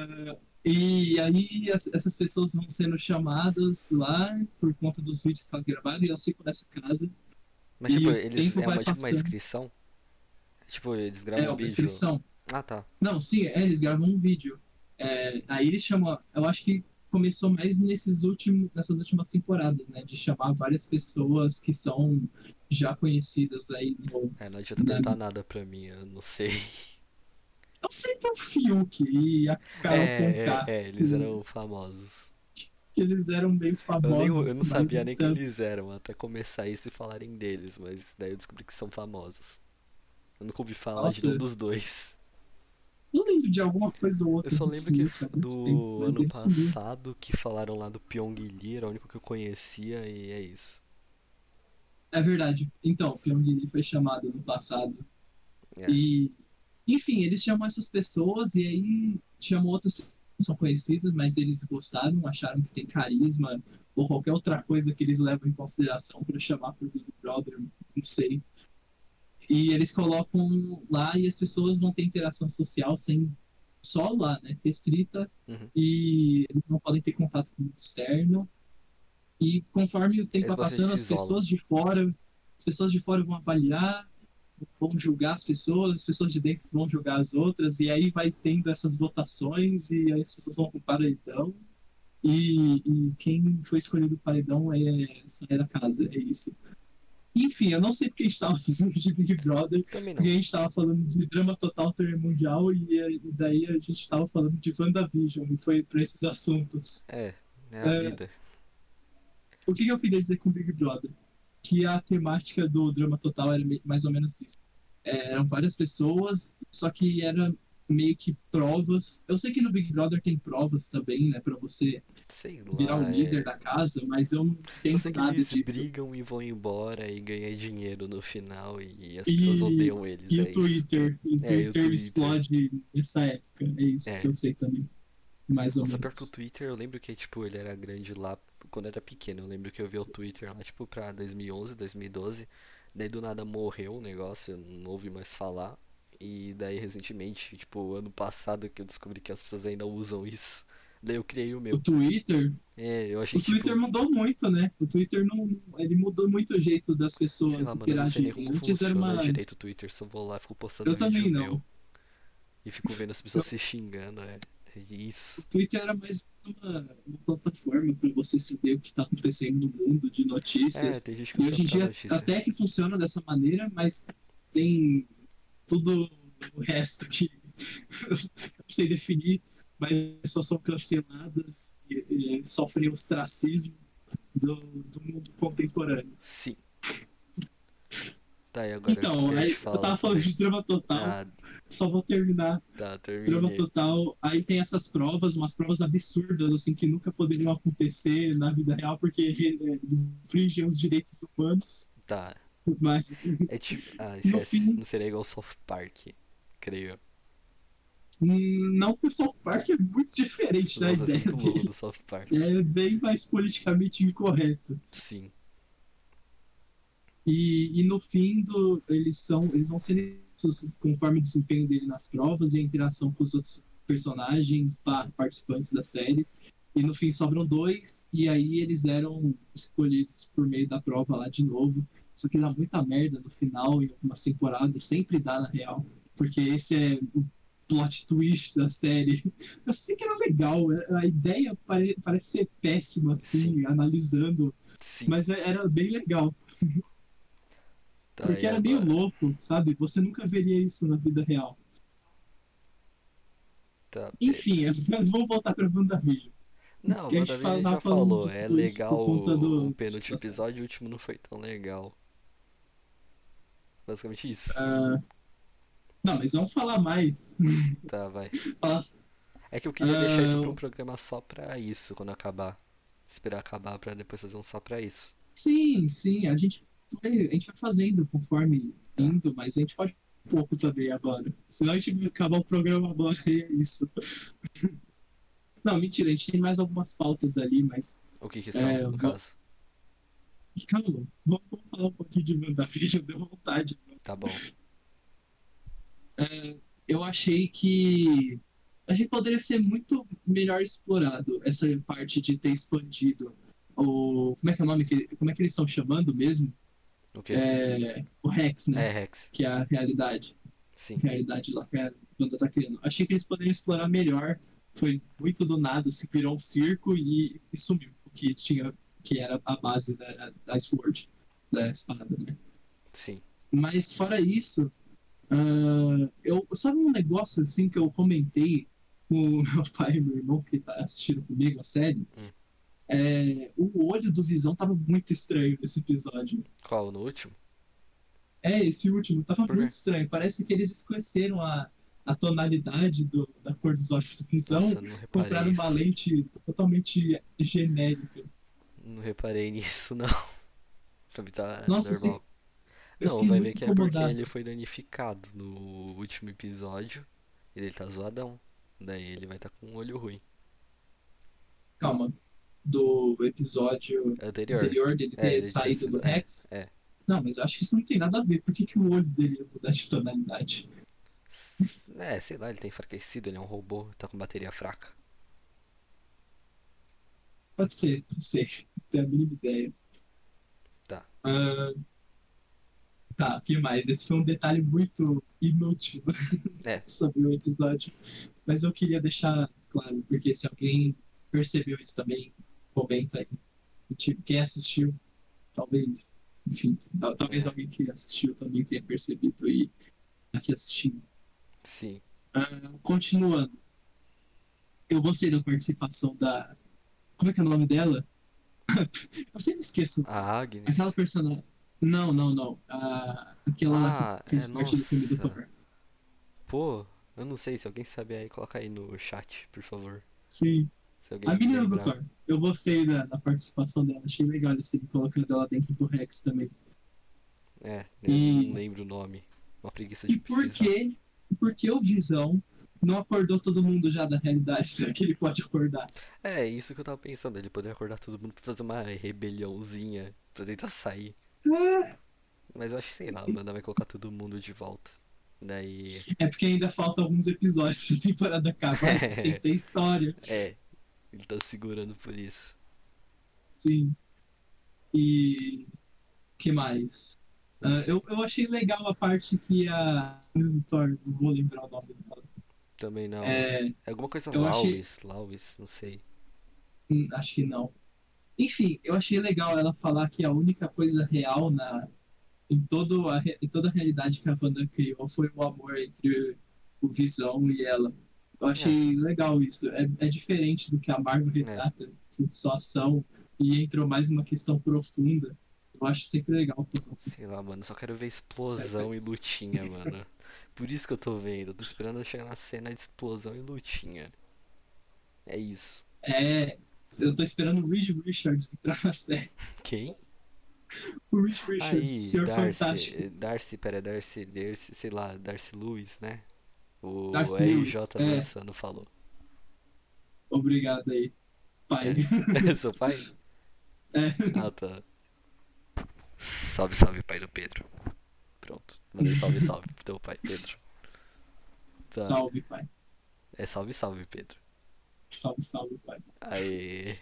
E aí essas pessoas vão sendo chamadas lá por conta dos vídeos que elas gravaram e elas ficam nessa casa. Mas, E tipo, o eles. tempo É vai uma, tipo, uma passando. inscrição? Tipo, eles É gravam um uma vídeo. inscrição. Ah, tá. Não, sim, eles gravam um vídeo. Aí eles chamam. Eu acho que começou mais nessas últimas temporadas, né? De chamar várias pessoas que são já conhecidas aí É, não adianta na. perguntar nada pra mim, eu não sei. Eu sei que o Fiuk e a Carol Conká, Eles eram famosos. que eles eram bem Eu famosos, não mas sabia nem nem que tanto. eles eram, até começar isso e falarem deles, mas daí eu descobri que são famosos. Eu nunca ouvi falar de nenhum Nossa, dos dois. eu lembro de alguma coisa ou Eu outra só do lembro que Fiuk há muito tempo, do mas ano ele sumiu. passado que falaram lá do Pyong Lee, era o único que eu conhecia e é isso. É verdade. Então, Pyongyi foi chamado no passado. É, E, enfim, eles chamam essas pessoas e aí chamam outras pessoas que são conhecidas, mas eles gostaram, acharam que tem carisma ou qualquer outra coisa que eles levam em consideração para chamar pro Big Brother, não sei. E eles colocam lá e as pessoas vão ter interação social sem só lá, né? Restrita uhum. e eles não podem ter contato com o externo. E conforme o tempo Eles vai bastante passando, se isolam. as pessoas de fora vão avaliar, vão julgar as pessoas de dentro vão julgar as outras, e aí vai tendo essas votações, e aí as pessoas vão pro paredão, e quem foi escolhido pro paredão sai da casa, é isso. Enfim, eu não sei porque a gente tava falando de Big Brother, Também porque não. a gente tava falando de drama total mundial, e daí a gente tava falando de WandaVision, e foi pra esses assuntos. É a É, vida. o que eu queria dizer com Big Brother? Que a temática do drama total era mais ou menos isso. Eram várias pessoas, só que era meio que provas. Eu sei que no Big Brother tem provas também, né, pra você Sei virar o lá, líder da casa, mas eu não só entendo sei que nada eles disso. brigam e vão embora e ganham dinheiro no final e as pessoas E, odeiam eles, e é isso. o É, e o Twitter Twitter. explode nessa época, é isso que É. eu sei também, mais ou Nossa, pior que o menos. Twitter, eu lembro que, tipo, ele era grande lá quando eu era pequeno. Eu lembro que eu vi o Twitter lá, tipo, pra 2011, 2012. Daí do nada morreu o negócio, eu não ouvi mais falar. E daí recentemente, tipo, ano passado que eu descobri que as pessoas ainda usam isso. Daí eu criei o O meu. Twitter, É, eu achei o Twitter tipo, mudou muito, né? O Twitter não, ele mudou muito o jeito das sei lá, pessoas mano, eu não sei nem interagirem. como Antes era funciona uma, direito o Twitter. Só vou lá, fico postando eu vídeo também meu não. e fico vendo as pessoas se xingando, é O isso. Twitter era mais uma plataforma para você saber o que está acontecendo no mundo de É, notícias. tem gente que E usa hoje em pra dia notícia. até que funciona dessa maneira, mas tem tudo o resto que eu não sei definir, mas só são canceladas e sofrem ostracismo do mundo contemporâneo. Sim. Tá, e agora o Então, que a gente aí eu fala? tava falando de drama total, Ah, só vou terminar. tá, Drama termine. total, aí tem essas provas, umas provas absurdas, assim, que nunca poderiam acontecer na vida real, porque eles infringem os direitos humanos, Tá. mas É tipo. Ah, no esquece. fim, Não seria igual South Park, creio. não que o South Park é muito diferente da Nossa, esse é ideia muito louco dele. do South Park. É bem mais politicamente incorreto. Sim. E no fim eles vão ser eleitos conforme o desempenho dele nas provas e a interação com os outros personagens, participantes da série. E no fim sobram dois, e aí eles eram escolhidos por meio da prova lá de novo. Só que dá muita merda no final, em algumas temporadas, sempre dá na real. Porque esse é o plot twist da série. Eu sei que era legal, a ideia parece ser péssima, Sim. assim, analisando, Sim. mas era bem legal. Tá, Porque e era meio agora? louco, sabe? Você nunca veria isso na vida real. Tá, Pedro. Enfim, vamos voltar pra WandaVision. Não, Que a gente WandaVision tava já falando falou. de É tudo isso legal por conta o do. penúltimo episódio, o último não foi tão legal. Basicamente isso. Não, mas vamos falar mais. Tá, vai. Falar, É que eu queria deixar isso pra um ah, programa só pra isso, quando acabar. Esperar acabar pra depois fazer um só pra isso. Sim, sim, a gente vai fazendo conforme Tá. indo, mas a gente pode um pouco também agora. Senão a gente vai acabar o programa agora e é isso. Não, mentira, a gente tem mais algumas pautas ali, mas O que que são, é, no caso? calma, vamos falar um pouquinho de WandaVision, deu vontade. Tá bom. Eu achei que a gente poderia ser muito melhor explorado essa parte de ter expandido o como é que é o nome como é que eles estão chamando mesmo? O quê? O Rex, né? É, Rex. Que é a Sim. realidade lá que a banda tá criando. Achei que eles poderiam explorar melhor. Foi muito do nada, se virou um circo e sumiu. Que era a base da Sword, da espada, né? Sim. Mas fora isso, sabe um negócio assim que eu comentei com o meu pai e meu irmão que tá assistindo comigo a série? Hum. O olho do Visão tava muito estranho nesse episódio. Qual? No último? Esse último tava Por quê? muito estranho. Parece que eles esqueceram a tonalidade da cor dos olhos do Visão, Nossa, não reparei compraram uma isso. lente totalmente genérica. Não reparei nisso, não. Pra mim tá Nossa, assim, normal. eu Não, fiquei vai ver muito que é porque incomodado. ele foi danificado no último episódio. E ele tá zoadão. Daí ele vai estar com um olho ruim. Calma. Do episódio Anterior. anterior dele É, ter ele tinha saído do sido. É, Rex. é. Não, mas eu acho que isso não tem nada a ver. Por que o olho dele ia mudar de tonalidade? É, sei lá, ele tá enfraquecido, ele é um robô, tá com bateria fraca. Pode ser, não sei. Não tenho a mínima ideia. Tá. Ah, tá, o que mais? Esse foi um detalhe muito inútil É, sobre o episódio. Mas eu queria deixar claro, porque se alguém percebeu isso também, comenta aí. E, tipo, quem assistiu, talvez, enfim, talvez é. alguém que assistiu também tenha percebido e tá aqui assistindo. Sim. Continuando, eu gostei da participação da. Como é que é o nome dela? Eu sempre esqueço. A Aquela Agnes. personagem. Não, não, não. Aquela lá que Ah, fez é, parte do filme do nossa. Thor. Pô, eu não sei, se alguém sabe aí, coloca aí no chat, por favor. Sim. Se A alguém menina do lembrar. Thor. Eu gostei da participação dela. Achei legal eles terem colocado ela dentro do Rex também. É, eu não E, lembro o nome. Uma preguiça e de por pesquisar. que, por que o Visão não acordou todo mundo já da realidade? Será que ele pode acordar? É, isso que eu tava pensando, ele poder acordar todo mundo pra fazer uma rebeliãozinha, pra tentar sair. Ah, Mas eu acho que, sei lá, a banda vai colocar todo mundo de volta. Daí. é porque ainda faltam alguns episódios pra temporada acabar. Eles têm que ter história. É, ele tá segurando por isso. Sim. E que mais? Não sei. Eu achei legal a parte que a menina do Thor, não vou lembrar o nome dela. Também não. É, É alguma coisa eu achei. Lauis, não sei. Acho que não. Enfim, eu achei legal ela falar que a única coisa real em toda a realidade que a Wanda criou foi o amor entre o Visão e ela. Eu É, achei legal isso. É diferente do que a Marvel é. retrata, só ação, e entrou mais numa questão profunda. Eu acho sempre legal quando Sei lá, mano, só quero ver série explosão faz e isso. lutinha, mano. Por isso que eu tô vendo, eu tô esperando chegar na cena de explosão e lutinha. É isso. Eu tô esperando o Reed Richards entrar na série. Quem? O Reed Richards, Aí, Senhor Fantástico. Darcy, sei lá, Darcy Lewis, né? O Darcy Lewis. RJ Mansano falou. Obrigado aí, pai. É? Seu pai? É. Ah, tá. Salve, salve, pai do Pedro. Pronto. Mandei salve, salve pro teu pai, Pedro. Tá. Salve, pai. É salve, salve, Pedro. Salve, salve, pai. Aí.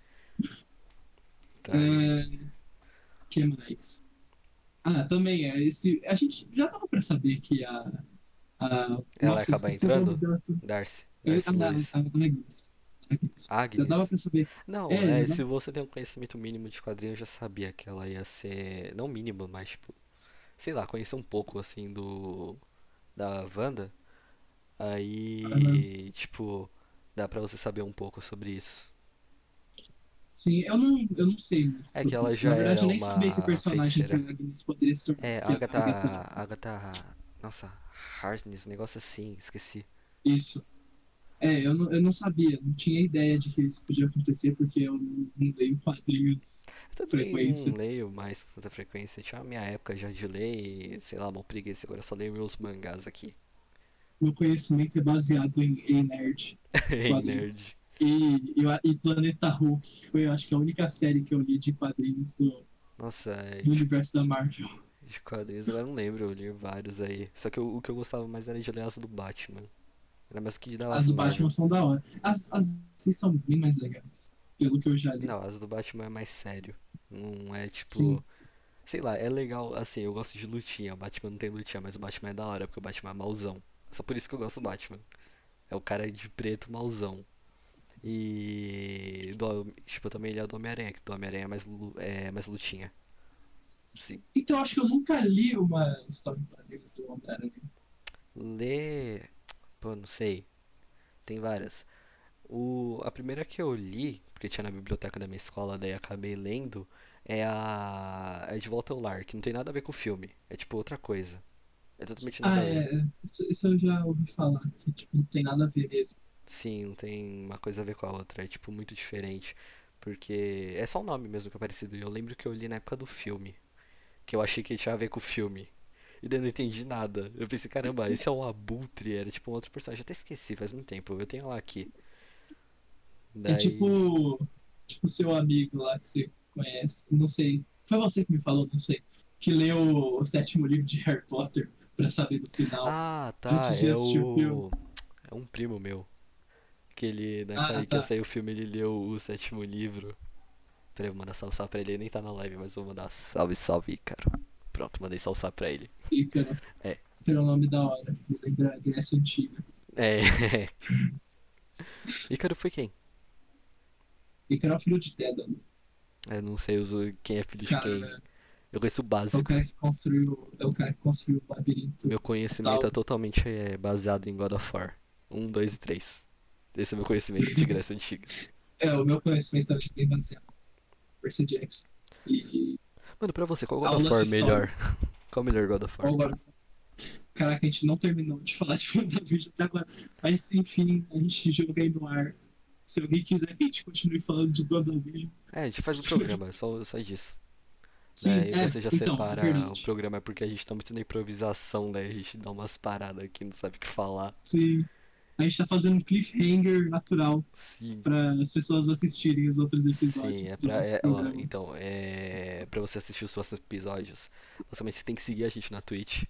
Tá aí. É, que mais? também A gente já dava pra saber que Ela nossa, eu acaba esqueci o nome entrando? dela. Darcy Lewis. Agnes. Agnes. Já dava Agnes? pra saber. Não, É, já se dava... você tem um conhecimento mínimo de quadrinho, eu já sabia que ela ia ser. Não mínimo, mas tipo. Sei lá, conhecer um pouco assim do. Da Wanda. Aham. Aí. Tipo. Dá pra você saber um pouco sobre isso. Sim, eu não sei muito É que sobre ela isso. Na já verdade, era eu nem sabia que o uma personagem que a feiticeira. Agnes poderia se tornar. É, Que a Agatha. Agatha. Nossa, Harkness, um negócio assim, esqueci. Isso. eu não sabia, não tinha ideia de que isso podia acontecer, porque eu não leio quadrinhos Eu com também não frequência. leio mais com tanta frequência. Tinha a minha época já de ler e, sei lá, uma preguiça. Agora eu só leio meus mangás aqui. Meu conhecimento é baseado em nerd, Ei, quadrinhos. nerd. E Planeta Hulk, que foi, acho que, a única série que eu li de quadrinhos Nossa, do universo da Marvel. de quadrinhos agora eu não lembro. Eu li vários aí. Só que o que eu gostava mais era de ler as do Batman. Era mais do que de dar As as do Marvel. Batman são da hora. As assim, são bem mais legais, pelo que eu já li. Não, as do Batman é mais sério. Não é tipo. Sim. Sei lá, é legal, assim, eu gosto de lutinha. O Batman não tem lutinha, mas o Batman é da hora, porque o Batman é mauzão. Só por isso que eu gosto do Batman. É o cara de preto mauzão. Tipo, também ele é do Homem-Aranha, que do Homem-Aranha é mais lutinha. Sim. Então, acho que eu nunca li uma história em quadrinhos do Homem-Aranha. Lê. Pô, não sei. Tem várias. A primeira que eu li, porque tinha na biblioteca da minha escola, daí acabei lendo, é De Volta ao Lar, que não tem nada a ver com o filme. É tipo outra coisa. É totalmente Ah, nada a ver. isso eu já ouvi falar, que tipo, não tem nada a ver mesmo. Sim, não tem uma coisa a ver com a outra. É tipo muito diferente. Porque é só o nome mesmo que é parecido. E eu lembro que eu li na época do filme. Que eu achei que tinha a ver com o filme. E daí eu não entendi nada. Eu pensei, caramba, esse é um abutre. Era tipo um outro personagem. Eu até esqueci, faz muito tempo. Eu tenho lá aqui. É Daí. tipo seu amigo lá que você conhece, não sei. Foi você que me falou, não sei. Que leu o sétimo livro de Harry Potter pra saber do final, Ah, tá. antes de assistir o filme. É um primo meu. Que ele, na época Ah, que ia tá. sair o filme, ele leu o sétimo livro. Peraí, eu vou mandar salve pra ele. Ele nem tá na live, mas vou mandar salve, salve, cara. Pronto, mandei salve pra ele. Ícaro. É. Pelo nome da hora. Lembra a Grécia Antiga. É. Ícaro foi quem? Ícaro é o filho de Dédalo. Eu não sei quem é filho de quem. Cara, Eu conheço o é o básico. cara que construiu. É o cara que construiu o labirinto Meu conhecimento total. é totalmente baseado em God of War. Um, 2 e 3. Esse é meu conhecimento de Grécia Antiga. O meu conhecimento é bem baseado. Percy Jackson. E Mano, pra você, qual God of aulas de War história. melhor? Qual o melhor God of War? Ou agora, caraca, a gente não terminou de falar de WandaVision até agora. Mas enfim, a gente joga aí no ar. Se alguém quiser que a gente continue falando de WandaVision. É, a gente faz um programa, só disso. Sim, Daí você já então, é separa o verdade. programa, porque a gente tá muito na improvisação, daí a gente dá umas paradas aqui, não sabe o que falar. Sim, a gente tá fazendo um cliffhanger natural Sim, para as pessoas assistirem os outros sim, episódios do nosso ó, programa. então, pra você assistir os próximos episódios, basicamente você tem que seguir a gente na Twitch.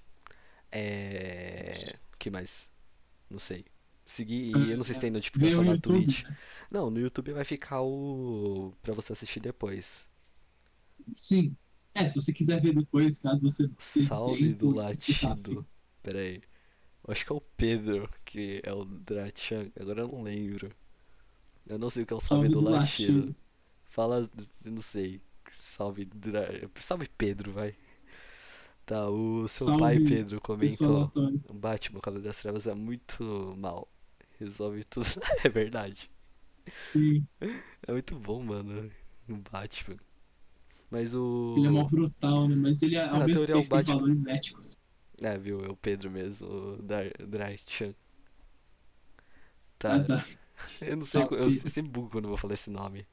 O que mais? Não sei. Seguir, e eu não sei se tem Ver notificação o na YouTube, Twitch. né? Não, no YouTube vai ficar o pra você assistir depois. Sim. Se você quiser ver depois, caso você tenha Salve do tempo e você tá afim. latido. Pera aí. Eu acho que é o Pedro, que é o Drachan. Agora eu não lembro. Eu não sei o que é o salve Salve do do latido. latido. Fala, eu não sei. Salve Pedro, vai. Tá, o seu pai Salve, Pedro pessoa comentou: aleatória. o Batman, o Cavaleiro das Trevas é muito mal. Resolve tudo. É verdade. Sim. É muito bom, mano. O Batman. Mas Ele é mó o. brutal, né? Mas ele, É, ao na mesmo teoria é o tempo, tem Batman. valores éticos. É, viu? É o Pedro mesmo, o Drachan. Ah, Tá. tá. Eu não sei, Salve, eu Pedro. sempre bugo quando eu vou falar esse nome.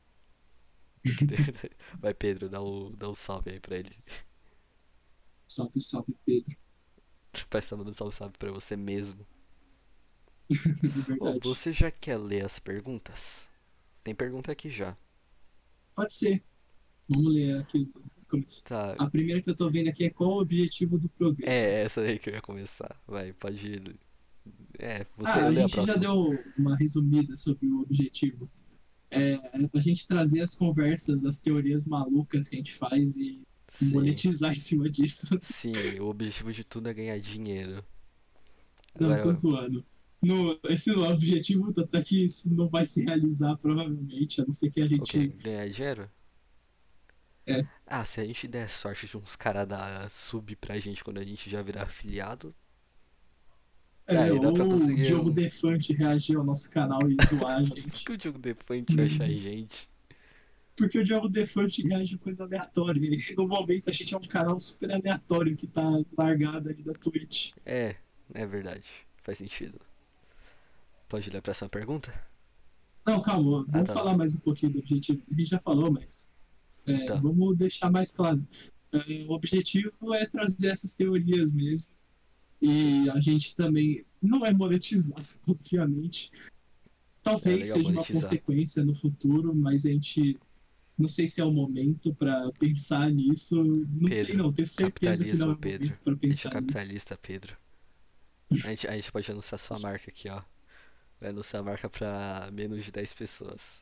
Vai, Pedro, dá um salve aí pra ele. Salve, salve, Pedro. Parece que tá mandando salve pra você mesmo. É Ô, verdade. você já quer ler as perguntas? Tem pergunta aqui já. Pode ser. Vamos ler aqui do começo. Tá. A primeira que eu tô vendo aqui é qual o objetivo do programa. É essa aí que eu ia começar. Vai, pode ir. É, você A lê a gente já próxima. deu uma resumida sobre o objetivo. É a gente trazer as conversas, as teorias malucas que a gente faz e Sim. monetizar em cima disso. Sim, o objetivo de tudo é ganhar dinheiro. Não, tô Agora, zoando. No, esse não é o objetivo, tanto é que isso não vai se realizar provavelmente, a não ser que a o quê? gente. Ganhar dinheiro? É, Ah, se a gente der sorte de uns caras dar sub pra gente quando a gente já virar afiliado, aí dá pra ou o conseguir Diogo um. Defante reagir ao nosso canal e zoar a Por que gente. o Diogo Defante vai achar a Hum, gente? Porque o Diogo Defante reage a coisa aleatória. E no momento a gente é um canal super aleatório que tá largado ali da Twitch. É, é verdade. Faz sentido. Pode ler a próxima pergunta? Não, calma, Ah, vamos tá. falar mais um pouquinho do objetivo. A gente já falou, mas Tá. vamos deixar mais claro. O objetivo é trazer essas teorias mesmo. Sim. E a gente também não é monetizar, obviamente. É Talvez legal seja uma monetizar. consequência no futuro, mas a gente não sei se é o momento para pensar nisso. Não sei, Pedro. não. Tenho certeza que não é Capitalismo, o Pedro. momento para A gente é pensar nisso. capitalista, Pedro. A gente pode anunciar sua marca aqui, ó. Vai anunciar a marca pra menos de 10 pessoas.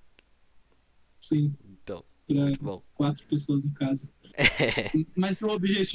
Sim, Então, para muito bom. 4 pessoas no caso. Mas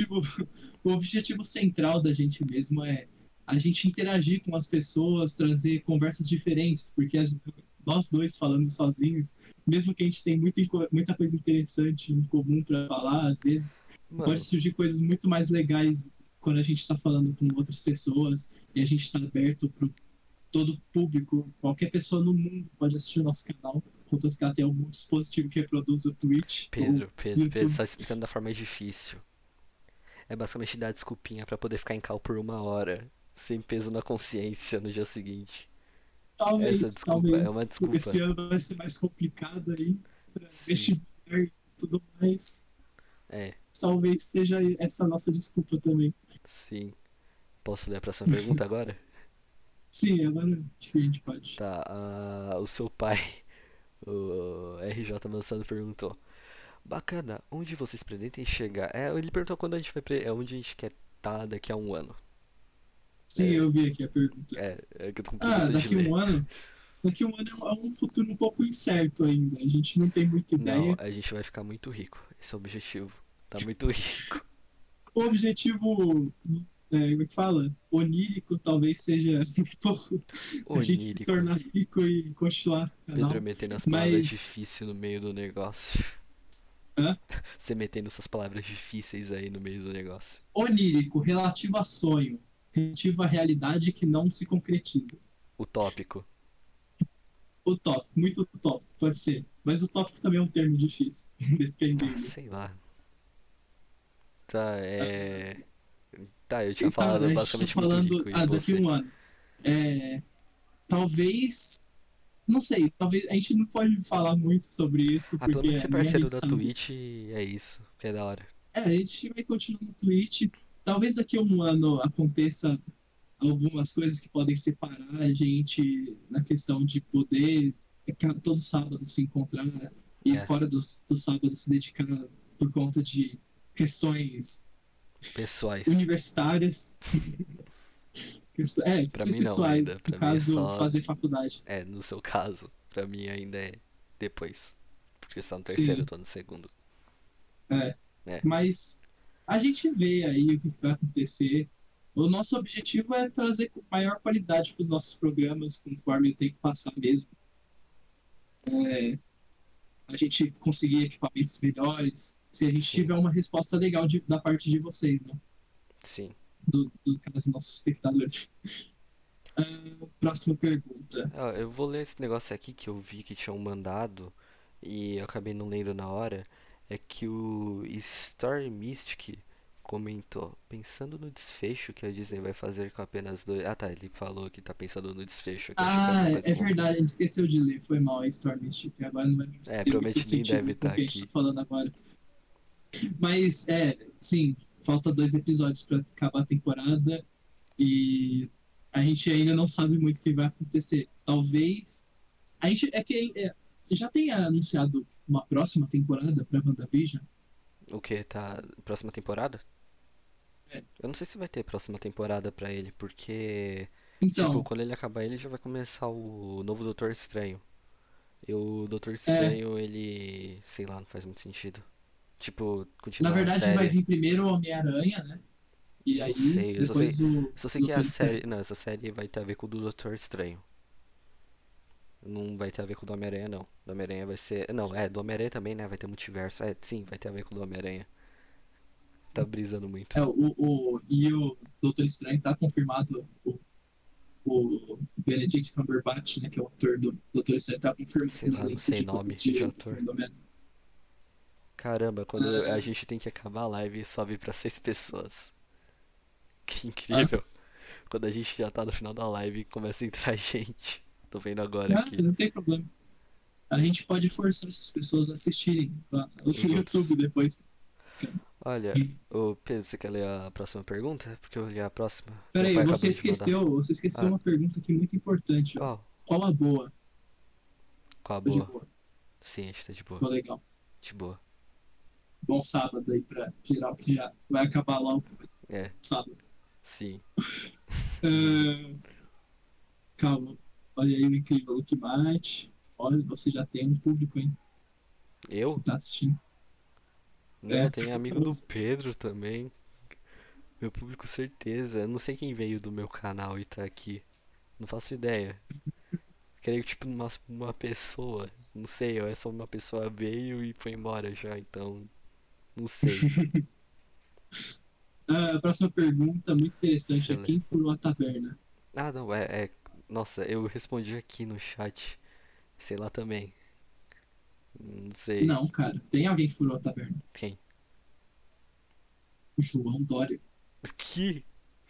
o objetivo central da gente mesmo é a gente interagir com as pessoas, trazer conversas diferentes, porque nós dois falando sozinhos, mesmo que a gente tenha muita coisa interessante em comum para falar, às vezes pode Mano, surgir coisas muito mais legais quando a gente está falando com outras pessoas e a gente está aberto para todo público, qualquer pessoa no mundo pode assistir o nosso canal, contanto que ela tenha algum dispositivo que reproduz o Twitch ou Pedro, você YouTube. tá explicando da forma difícil. É basicamente dar desculpinha pra poder ficar em cal por 1 hora, sem peso na consciência no dia seguinte. Essa desculpa é uma Talvez esse desculpa. ano vai ser mais complicado aí para Sim, vestibular e tudo mais. é, Talvez seja essa a nossa desculpa também. sim. Posso ler a próxima pergunta agora? Sim, agora acho que a gente pode. Tá, o seu pai, o RJ Mansano perguntou: Bacana, onde vocês pretendem chegar? Ele perguntou quando a gente onde a gente quer estar daqui a 1 ano. Sim, É, eu vi aqui a pergunta. é que eu tô com Ah, preguiça de ler. daqui um ano é um futuro um pouco incerto ainda. A gente não tem muita Não, ideia. a gente vai ficar muito rico. Esse é o objetivo. Tá muito rico. O objetivo, como é que fala? Onírico talvez seja um pouco a gente se Onírico. tornar rico e continuar o Pedro canal. metendo as palavras Mas, difíceis no meio do negócio. hã? Você metendo suas palavras difíceis aí no meio do negócio. Onírico, relativo a sonho, relativo à realidade que não se concretiza. Utópico. Utópico, muito utópico, pode ser. Mas utópico também é um termo difícil, dependendo. Sei lá. Tá, Ah, Tá, eu tinha e tá, falado a gente tá basicamente muito falando, rico. E daqui você? um ano. É, talvez, não sei, talvez a gente não pode falar muito sobre isso, Pelo porque menos ser nem a parceiro gente da sabe. Twitch é isso. Que é da hora. A gente vai continuar no Twitch. Talvez daqui a um ano aconteça algumas coisas que podem separar a gente na questão de poder todo sábado se encontrar e É, fora do sábado se dedicar por conta de questões pessoais. universitárias, Pra questões mim não pessoais, ainda. no Pra mim é caso, só. fazer faculdade. No seu caso. Pra mim ainda é depois. Porque você tá no terceiro, eu Sim, tô no segundo. é. É, Mas a gente vê aí o que vai acontecer. O nosso objetivo é trazer maior qualidade para os nossos programas conforme o tempo passar mesmo. A gente conseguir equipamentos melhores, se a gente sim, tiver uma resposta legal da parte de vocês, né? sim. Do caso, nossos espectadores. Próxima pergunta. Eu vou ler esse negócio aqui que eu vi que tinham mandado e eu acabei não lendo na hora. É que o Story Mystic comentou, pensando no desfecho que a Disney vai fazer com apenas dois. Ah tá, ele falou que tá pensando no desfecho, que eu achei que era Ah, uma coisa é longa. verdade, a gente esqueceu de ler, foi mal, é Stormist, que agora não vai ser muito Provavelmente nem deve sentido com estar o que a gente aqui. está falando agora. Mas, sim, falta 2 episódios para acabar a temporada e a gente ainda não sabe muito o que vai acontecer. Talvez. A gente já tem anunciado uma próxima temporada para WandaVision. O que? Tá. Próxima temporada? É, Eu não sei se vai ter próxima temporada pra ele, porque. Tipo, então, quando ele acabar ele já vai começar o novo Doutor Estranho. E o Doutor é, Estranho, ele. Sei lá, não faz muito sentido. Tipo, na continuar a verdade vai série. vir primeiro o Homem-Aranha, né? E Não aí sei, eu só sei. depois o Eu só sei que a Doutor série. Estranho. Não, essa série vai ter a ver com o do Doutor Estranho. Não vai ter a ver com o do Homem-Aranha, não. Do Homem-Aranha vai ser. Não, do Homem-Aranha também, né? Vai ter multiverso. Sim, vai ter a ver com o do Homem-Aranha. Tá brisando muito. E o Doutor Estranho tá confirmado, o Benedict Cumberbatch, né, que é o autor do Doutor Estranho, tá confirmado Sei no lá, não elenco sei de, nome de de ator. filme do Homem-Aranha. Caramba, quando a Ah, gente tem que acabar a live e sobe pra 6 pessoas. Que ah, incrível. Quando a gente já tá no final da live, começa a entrar gente. Tô vendo agora Ah, aqui. não tem problema. A gente pode forçar essas pessoas a assistirem o Os YouTube outros. depois. Olha, ô Pedro, você quer ler a próxima pergunta? Porque eu li a próxima. Meu Peraí, pai acabou de mandar. você esqueceu Ah, uma pergunta aqui muito importante, ó. qual? Qual a boa? Qual a Tô de boa? boa, Sim, a gente tá de boa. tô legal. De boa. Bom sábado aí pra geral, que já vai acabar logo É, sábado. sim. Ah, calma, olha aí o incrível Look Mate. Olha, você já tem um público, hein, que Eu? tá assistindo. Não, É, tem amigo do Pedro também. Meu público, certeza. Eu não sei quem veio do meu canal e tá aqui. Não faço ideia. Creio que, tipo, uma pessoa. Não sei, ou essa uma pessoa veio e foi embora já, então. Não sei. A próxima pergunta, muito interessante, é Sei lá. quem furou a taberna? Ah, não, é. Nossa, eu respondi aqui no chat. Sei lá também. Não sei. Não, cara, tem alguém que furou a taberna. Quem? João Dória. Que?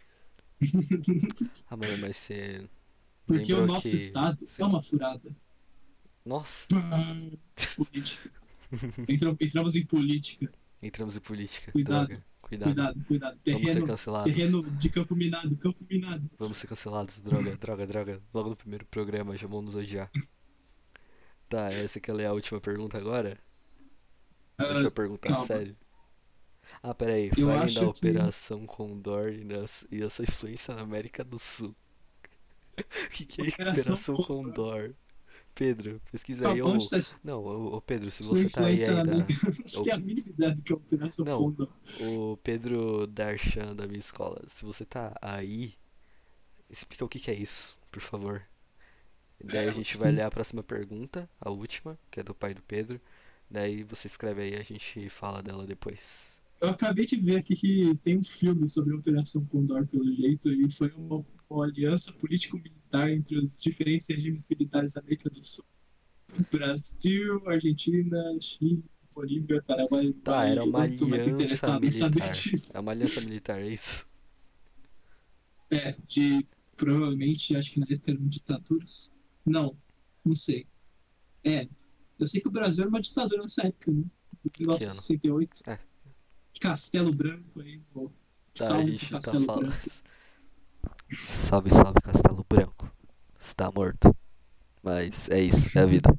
Ah, mano, mas você Porque o lembrou nosso que. estado é uma furada. Nossa! Política. Entramos em política. Entramos em política. Cuidado, Droga. Cuidado. cuidado, cuidado. Vamos ser cancelados. Terreno de campo minado, campo minado. Vamos ser cancelados. Droga, droga, droga. Logo no primeiro programa já vão nos odiar. Tá, essa que é a última pergunta agora? Ah, Última pergunta, calma. sério. Ah, peraí. Eu Falem da acho que. Operação Condor e a sua influência na América do Sul. O que é Operação Operação Condor. Condor? Pedro, pesquisa aí. Calma, onde Ou... está essa Não, ô Pedro, se sua você tá aí influência na minha. ainda. Não tem a mínima ideia do que é Operação Não, Condor. o Pedro Darshan da minha escola. Se você tá aí, explica o que é isso, por favor. Daí É, a gente vai ler a próxima pergunta, a última, que é do pai do Pedro. Daí você escreve aí e a gente fala dela depois. eu acabei de ver aqui que tem um filme sobre a Operação Condor, pelo jeito, e foi uma aliança político-militar entre os diferentes regimes militares da América do Sul. Brasil, Argentina, Chile, Bolívia, Paraguai, Tá, Uruguai. era uma Eu tô mais aliança interessado em saber militar. É disso. uma aliança militar, é isso? É, de provavelmente, acho que na época eram ditaduras. Não, não sei. É, eu sei que o Brasil era uma ditadura nessa época, né? De Que ano? 1968. É, Castelo Branco aí, ó. tá, a Salve pro gente tá Castelo falando. Branco. Salve, salve, Castelo Branco. Está morto. Mas é isso, é a vida.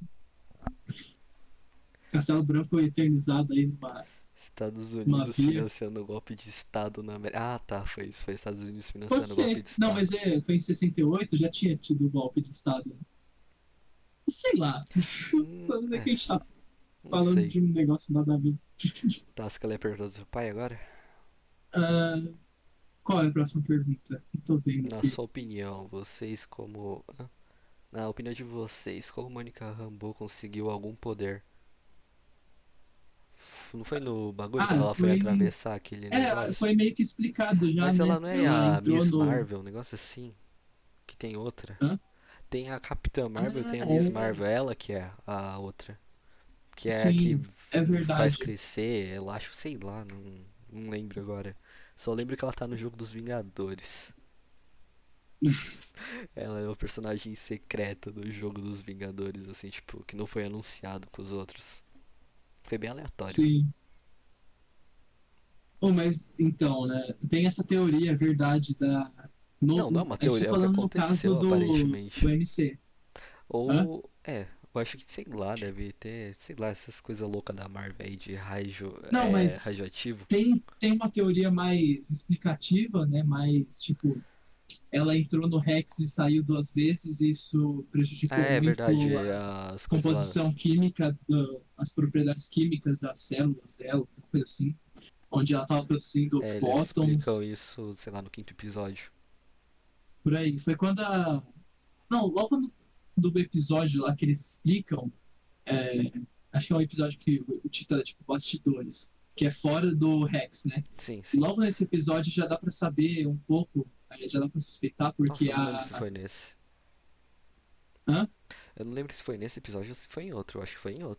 Castelo Branco eternizado aí Estados numa Unidos via. financiando o golpe de Estado na América. Ah, tá, foi isso. Foi Estados Unidos Pode financiando o golpe ser. de Não, Estado. mas foi em 68, já tinha tido o golpe de Estado. Sei lá. Só dizer É, que a gente tá não falando sei. de um negócio nada a ver. Tá, você quer ler a pergunta do seu pai agora? Ah, qual é a próxima pergunta? Não tô vendo Na aqui. sua opinião, vocês como. Na opinião de vocês, como Mônica Rambeau conseguiu algum poder? Não foi no bagulho quando Ah, ela foi atravessar aquele negócio? foi meio que explicado já, Mas né? ela não é Ela a entrou Miss no. Marvel, um negócio assim? Que tem outra? Hã? Tem a Capitã Marvel, Ah, tem a Miss é. Marvel, ela que é a outra. Que é a que Sim, é faz verdade. crescer, eu acho, sei lá, não lembro agora. Só lembro que ela tá no jogo dos Vingadores. Ela é o personagem secreto do jogo dos Vingadores, assim, tipo, que não foi anunciado com os outros. Foi bem aleatório. Sim. Oh, mas então, né? Tem essa teoria, é verdade, da. Não, não é uma A gente tá teoria, é o que falando no caso aconteceu do aparentemente. MC. Hã? Ou, eu acho que, sei lá, deve ter, sei lá, essas coisas loucas da Marvel aí de Não, mas radioativo. tem uma teoria mais explicativa, né? Mais, tipo, ela entrou no Rex e saiu duas vezes, e isso Ah, prejudicou é verdade, muito a as coisas lá. composição química, as propriedades químicas das células dela, uma coisa assim, onde ela estava produzindo É, eles explicam fótons, isso, sei lá, no quinto episódio. por aí. Foi quando a. Não, logo do episódio lá que eles explicam, é, acho que é um episódio que o título é tipo Bastidores, que é fora do Rex, né? Sim, E sim. logo nesse episódio já dá pra saber um pouco, já dá pra suspeitar, Nossa, porque eu não lembro se a. foi nesse. Hã? Eu não lembro se foi nesse episódio ou se foi em outro. Eu acho que foi em outro.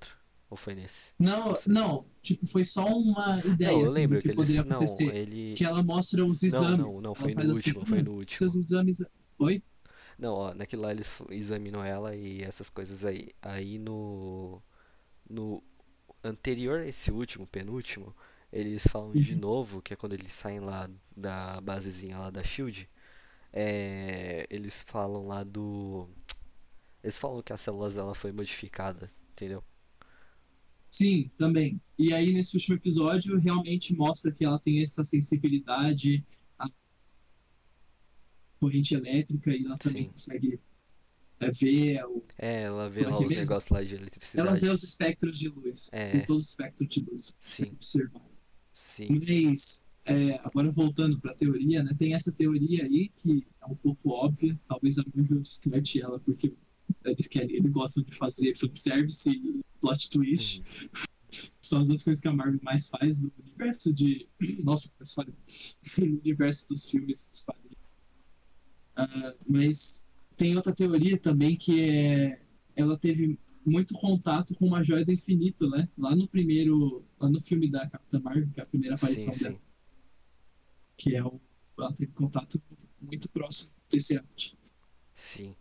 Ou foi nesse? Não Não, sei. não, tipo, foi só uma Não, ideia, eu assim, do lembro que que poderia eles. Não, acontecer. ele. Que ela mostra os exames. Não, Ela foi no faz assim, último, foi no seus último. exames. Oi? Não, ó, naquilo lá eles examinam ela e essas coisas aí. Aí no anterior, esse último, penúltimo, eles falam de Uhum. novo, que é quando eles saem lá da basezinha lá da Shield. Eles falam lá do. Eles falam que as células dela foi modificada, entendeu? Sim, também. E aí, nesse último episódio, realmente mostra que ela tem essa sensibilidade à corrente elétrica e ela também Sim. consegue ver Ela vê como é lá que é os mesmo? negócios lá de Ela vê eletricidade. os espectros de luz, em É, todos os espectros de luz que você sim, observar. sim, Mas, agora voltando para a teoria, né, tem essa teoria aí que é um pouco óbvia, talvez a Marvel descarte ela, porque eles gostam de fazer fanservice e plot twist. uhum, São as duas coisas que a Marvel mais faz no universo de. Nossa, mas falei. No universo dos filmes dos quadrinhos. Mas tem outra teoria também que é. Ela teve muito contato com uma joia do infinito, né? Lá no primeiro. Lá no filme da Capitã Marvel, que é a primeira sim, aparição dela. sim, Que é o. Ela teve contato muito próximo com o Tesseract. sim.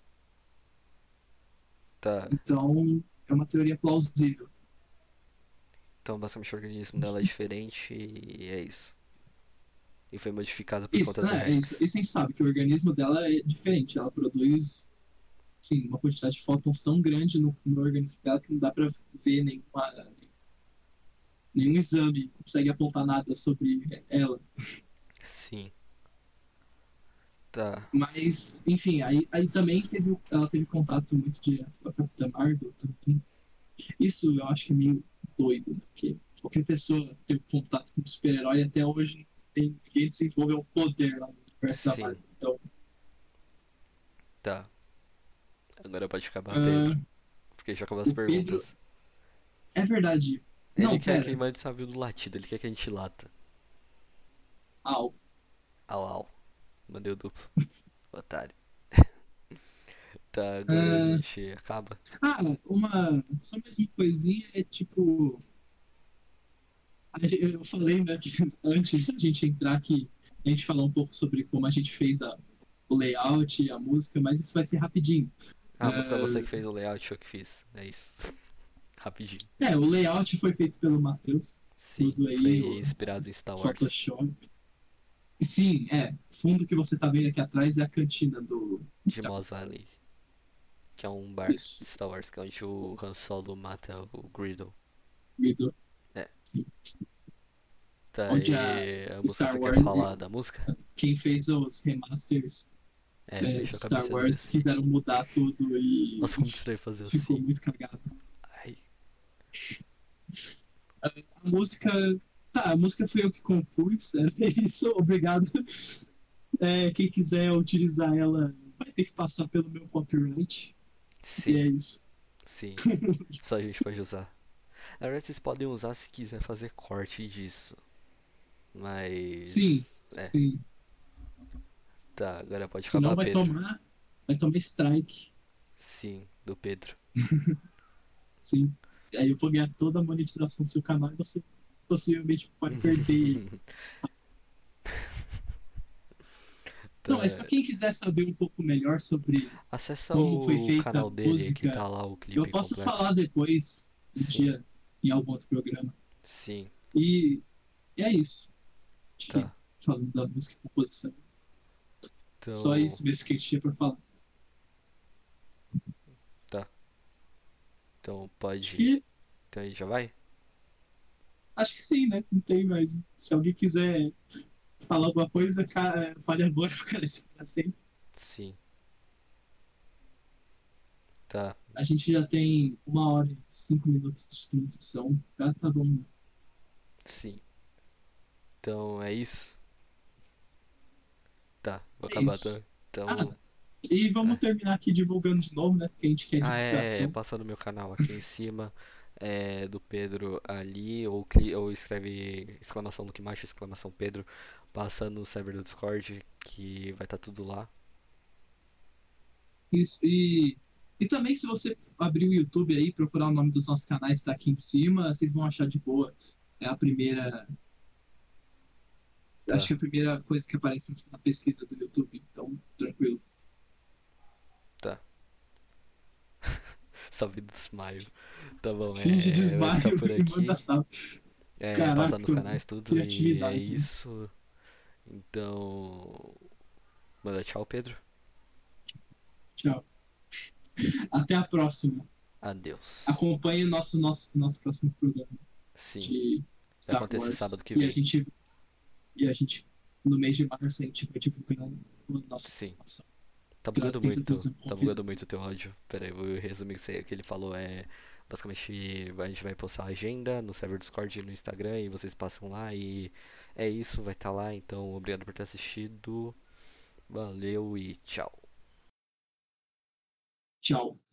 Tá. Então, é uma teoria plausível. Então, basicamente, o organismo dela é diferente e é isso. E foi modificado por conta Isso, da né? Isso, Rex. isso a gente sabe, que o organismo dela é diferente. Ela produz sim, uma quantidade de fótons tão grande no organismo dela que não dá para ver nenhum exame consegue apontar nada sobre ela. Sim. Tá. Mas, enfim, aí também ela teve contato muito direto com a Capitã Marvel também. Isso eu acho que é meio doido, né? Porque qualquer pessoa ter um contato com um super-herói até hoje ninguém desenvolveu um poder lá no universo da Sim. Marvel. Então, Tá. Agora pode acabar, Pedro. uh, Porque já acabou as o Pedro perguntas. é verdade. Ele Não, quer que pera. mande saber do latido, ele quer que a gente lata. Au. Au, au. Mandei o duplo. Otário. Tá, agora a Uh, gente acaba. só mais uma coisinha, é tipo, eu falei, né, que antes da gente entrar aqui, a gente falar um pouco sobre como a gente fez o layout e a música, mas isso vai ser rapidinho. Ah, a música é você que É, fez o layout, eu que fiz. É isso. Rapidinho. o layout foi feito pelo Matheus, Sim, tudo foi aí, o inspirado em Star Wars. Photoshop. Sim, o fundo que você tá vendo aqui atrás é a cantina do De Star Mos Wars. Eisley, que é um bar Isso, de Star Wars, que é onde o Han Solo mata o Greedo. Guido, É, sim. tá, Onde a e a música Star você quer Wars, falar da música? quem fez os remasters Mexeu a de Star cabeça Wars deles. quiseram mudar tudo e Nossa, como estranho fazer ficou assim. muito cagado. Ai, A música. Tá, a música foi eu que compus, é isso, obrigado. Quem quiser utilizar ela vai ter que passar pelo meu copyright. E sim, é isso. sim. Só a gente pode usar. Na verdade, vocês podem usar se quiser fazer corte disso. Sim, Mas. sim. Tá, agora pode Senão acabar, Pedro. vai tomar strike. Sim, do Pedro. Sim. Aí eu vou ganhar toda a monetização do seu canal e você possivelmente pode perder ele. Não, mas Tá, para quem quiser saber um pouco melhor sobre acessa como foi o feita a canal dele que música, tá lá o eu clipe posso completo. falar depois, um Sim, dia, em algum outro programa. sim, E é isso. Acho que tá. falando da música e composição. Só Então, isso mesmo que a gente tinha pra falar. tá. Então Acho pode. que, Então aí já vai? acho que sim, né? Não tem mais. Se alguém quiser falar alguma coisa, fale agora, cara, se for assim. Sim, tá. A gente já tem 1 hora e 5 minutos de transmissão. Tá bom, né? Sim. Então é isso? Tá, vou É acabar. isso. Ah, Então. e vamos É. terminar aqui divulgando de novo, né? Porque a gente quer divulgação. Passa no meu canal aqui em cima. Do Pedro ali, ou escreve exclamação no que mais, exclamação Pedro, passa no server do Discord que vai estar tudo lá. Isso. E E também, se você abrir o YouTube aí, procurar o nome dos nossos canais, tá aqui em cima, vocês vão achar de boa. É a primeira. Acho Tá, que é a primeira coisa que aparece na pesquisa do YouTube. Então, tranquilo. tá. Salve do Smile. Tá bom, Finge vai ficar desmaio por e manda aqui. salve. Passar nos Caraca, mano. canais tudo e é Criatividade, né? isso. Então, manda tchau, Pedro. Tchau. Até a próxima. Adeus. Acompanhe nosso próximo programa Sim, de vai Star acontecer Wars. sábado que vem. E a gente, no mês de março, a gente vai divulgando a nossa Sim. programação. Tá Pra bugando tentar muito. trazer um Tá convidado. bugando muito o teu áudio. Pera aí, vou resumir o que ele falou. Basicamente, a gente vai postar a agenda no server Discord e no Instagram e vocês passam lá e é isso, vai estar lá. Então, obrigado por ter assistido. Valeu e tchau. Tchau.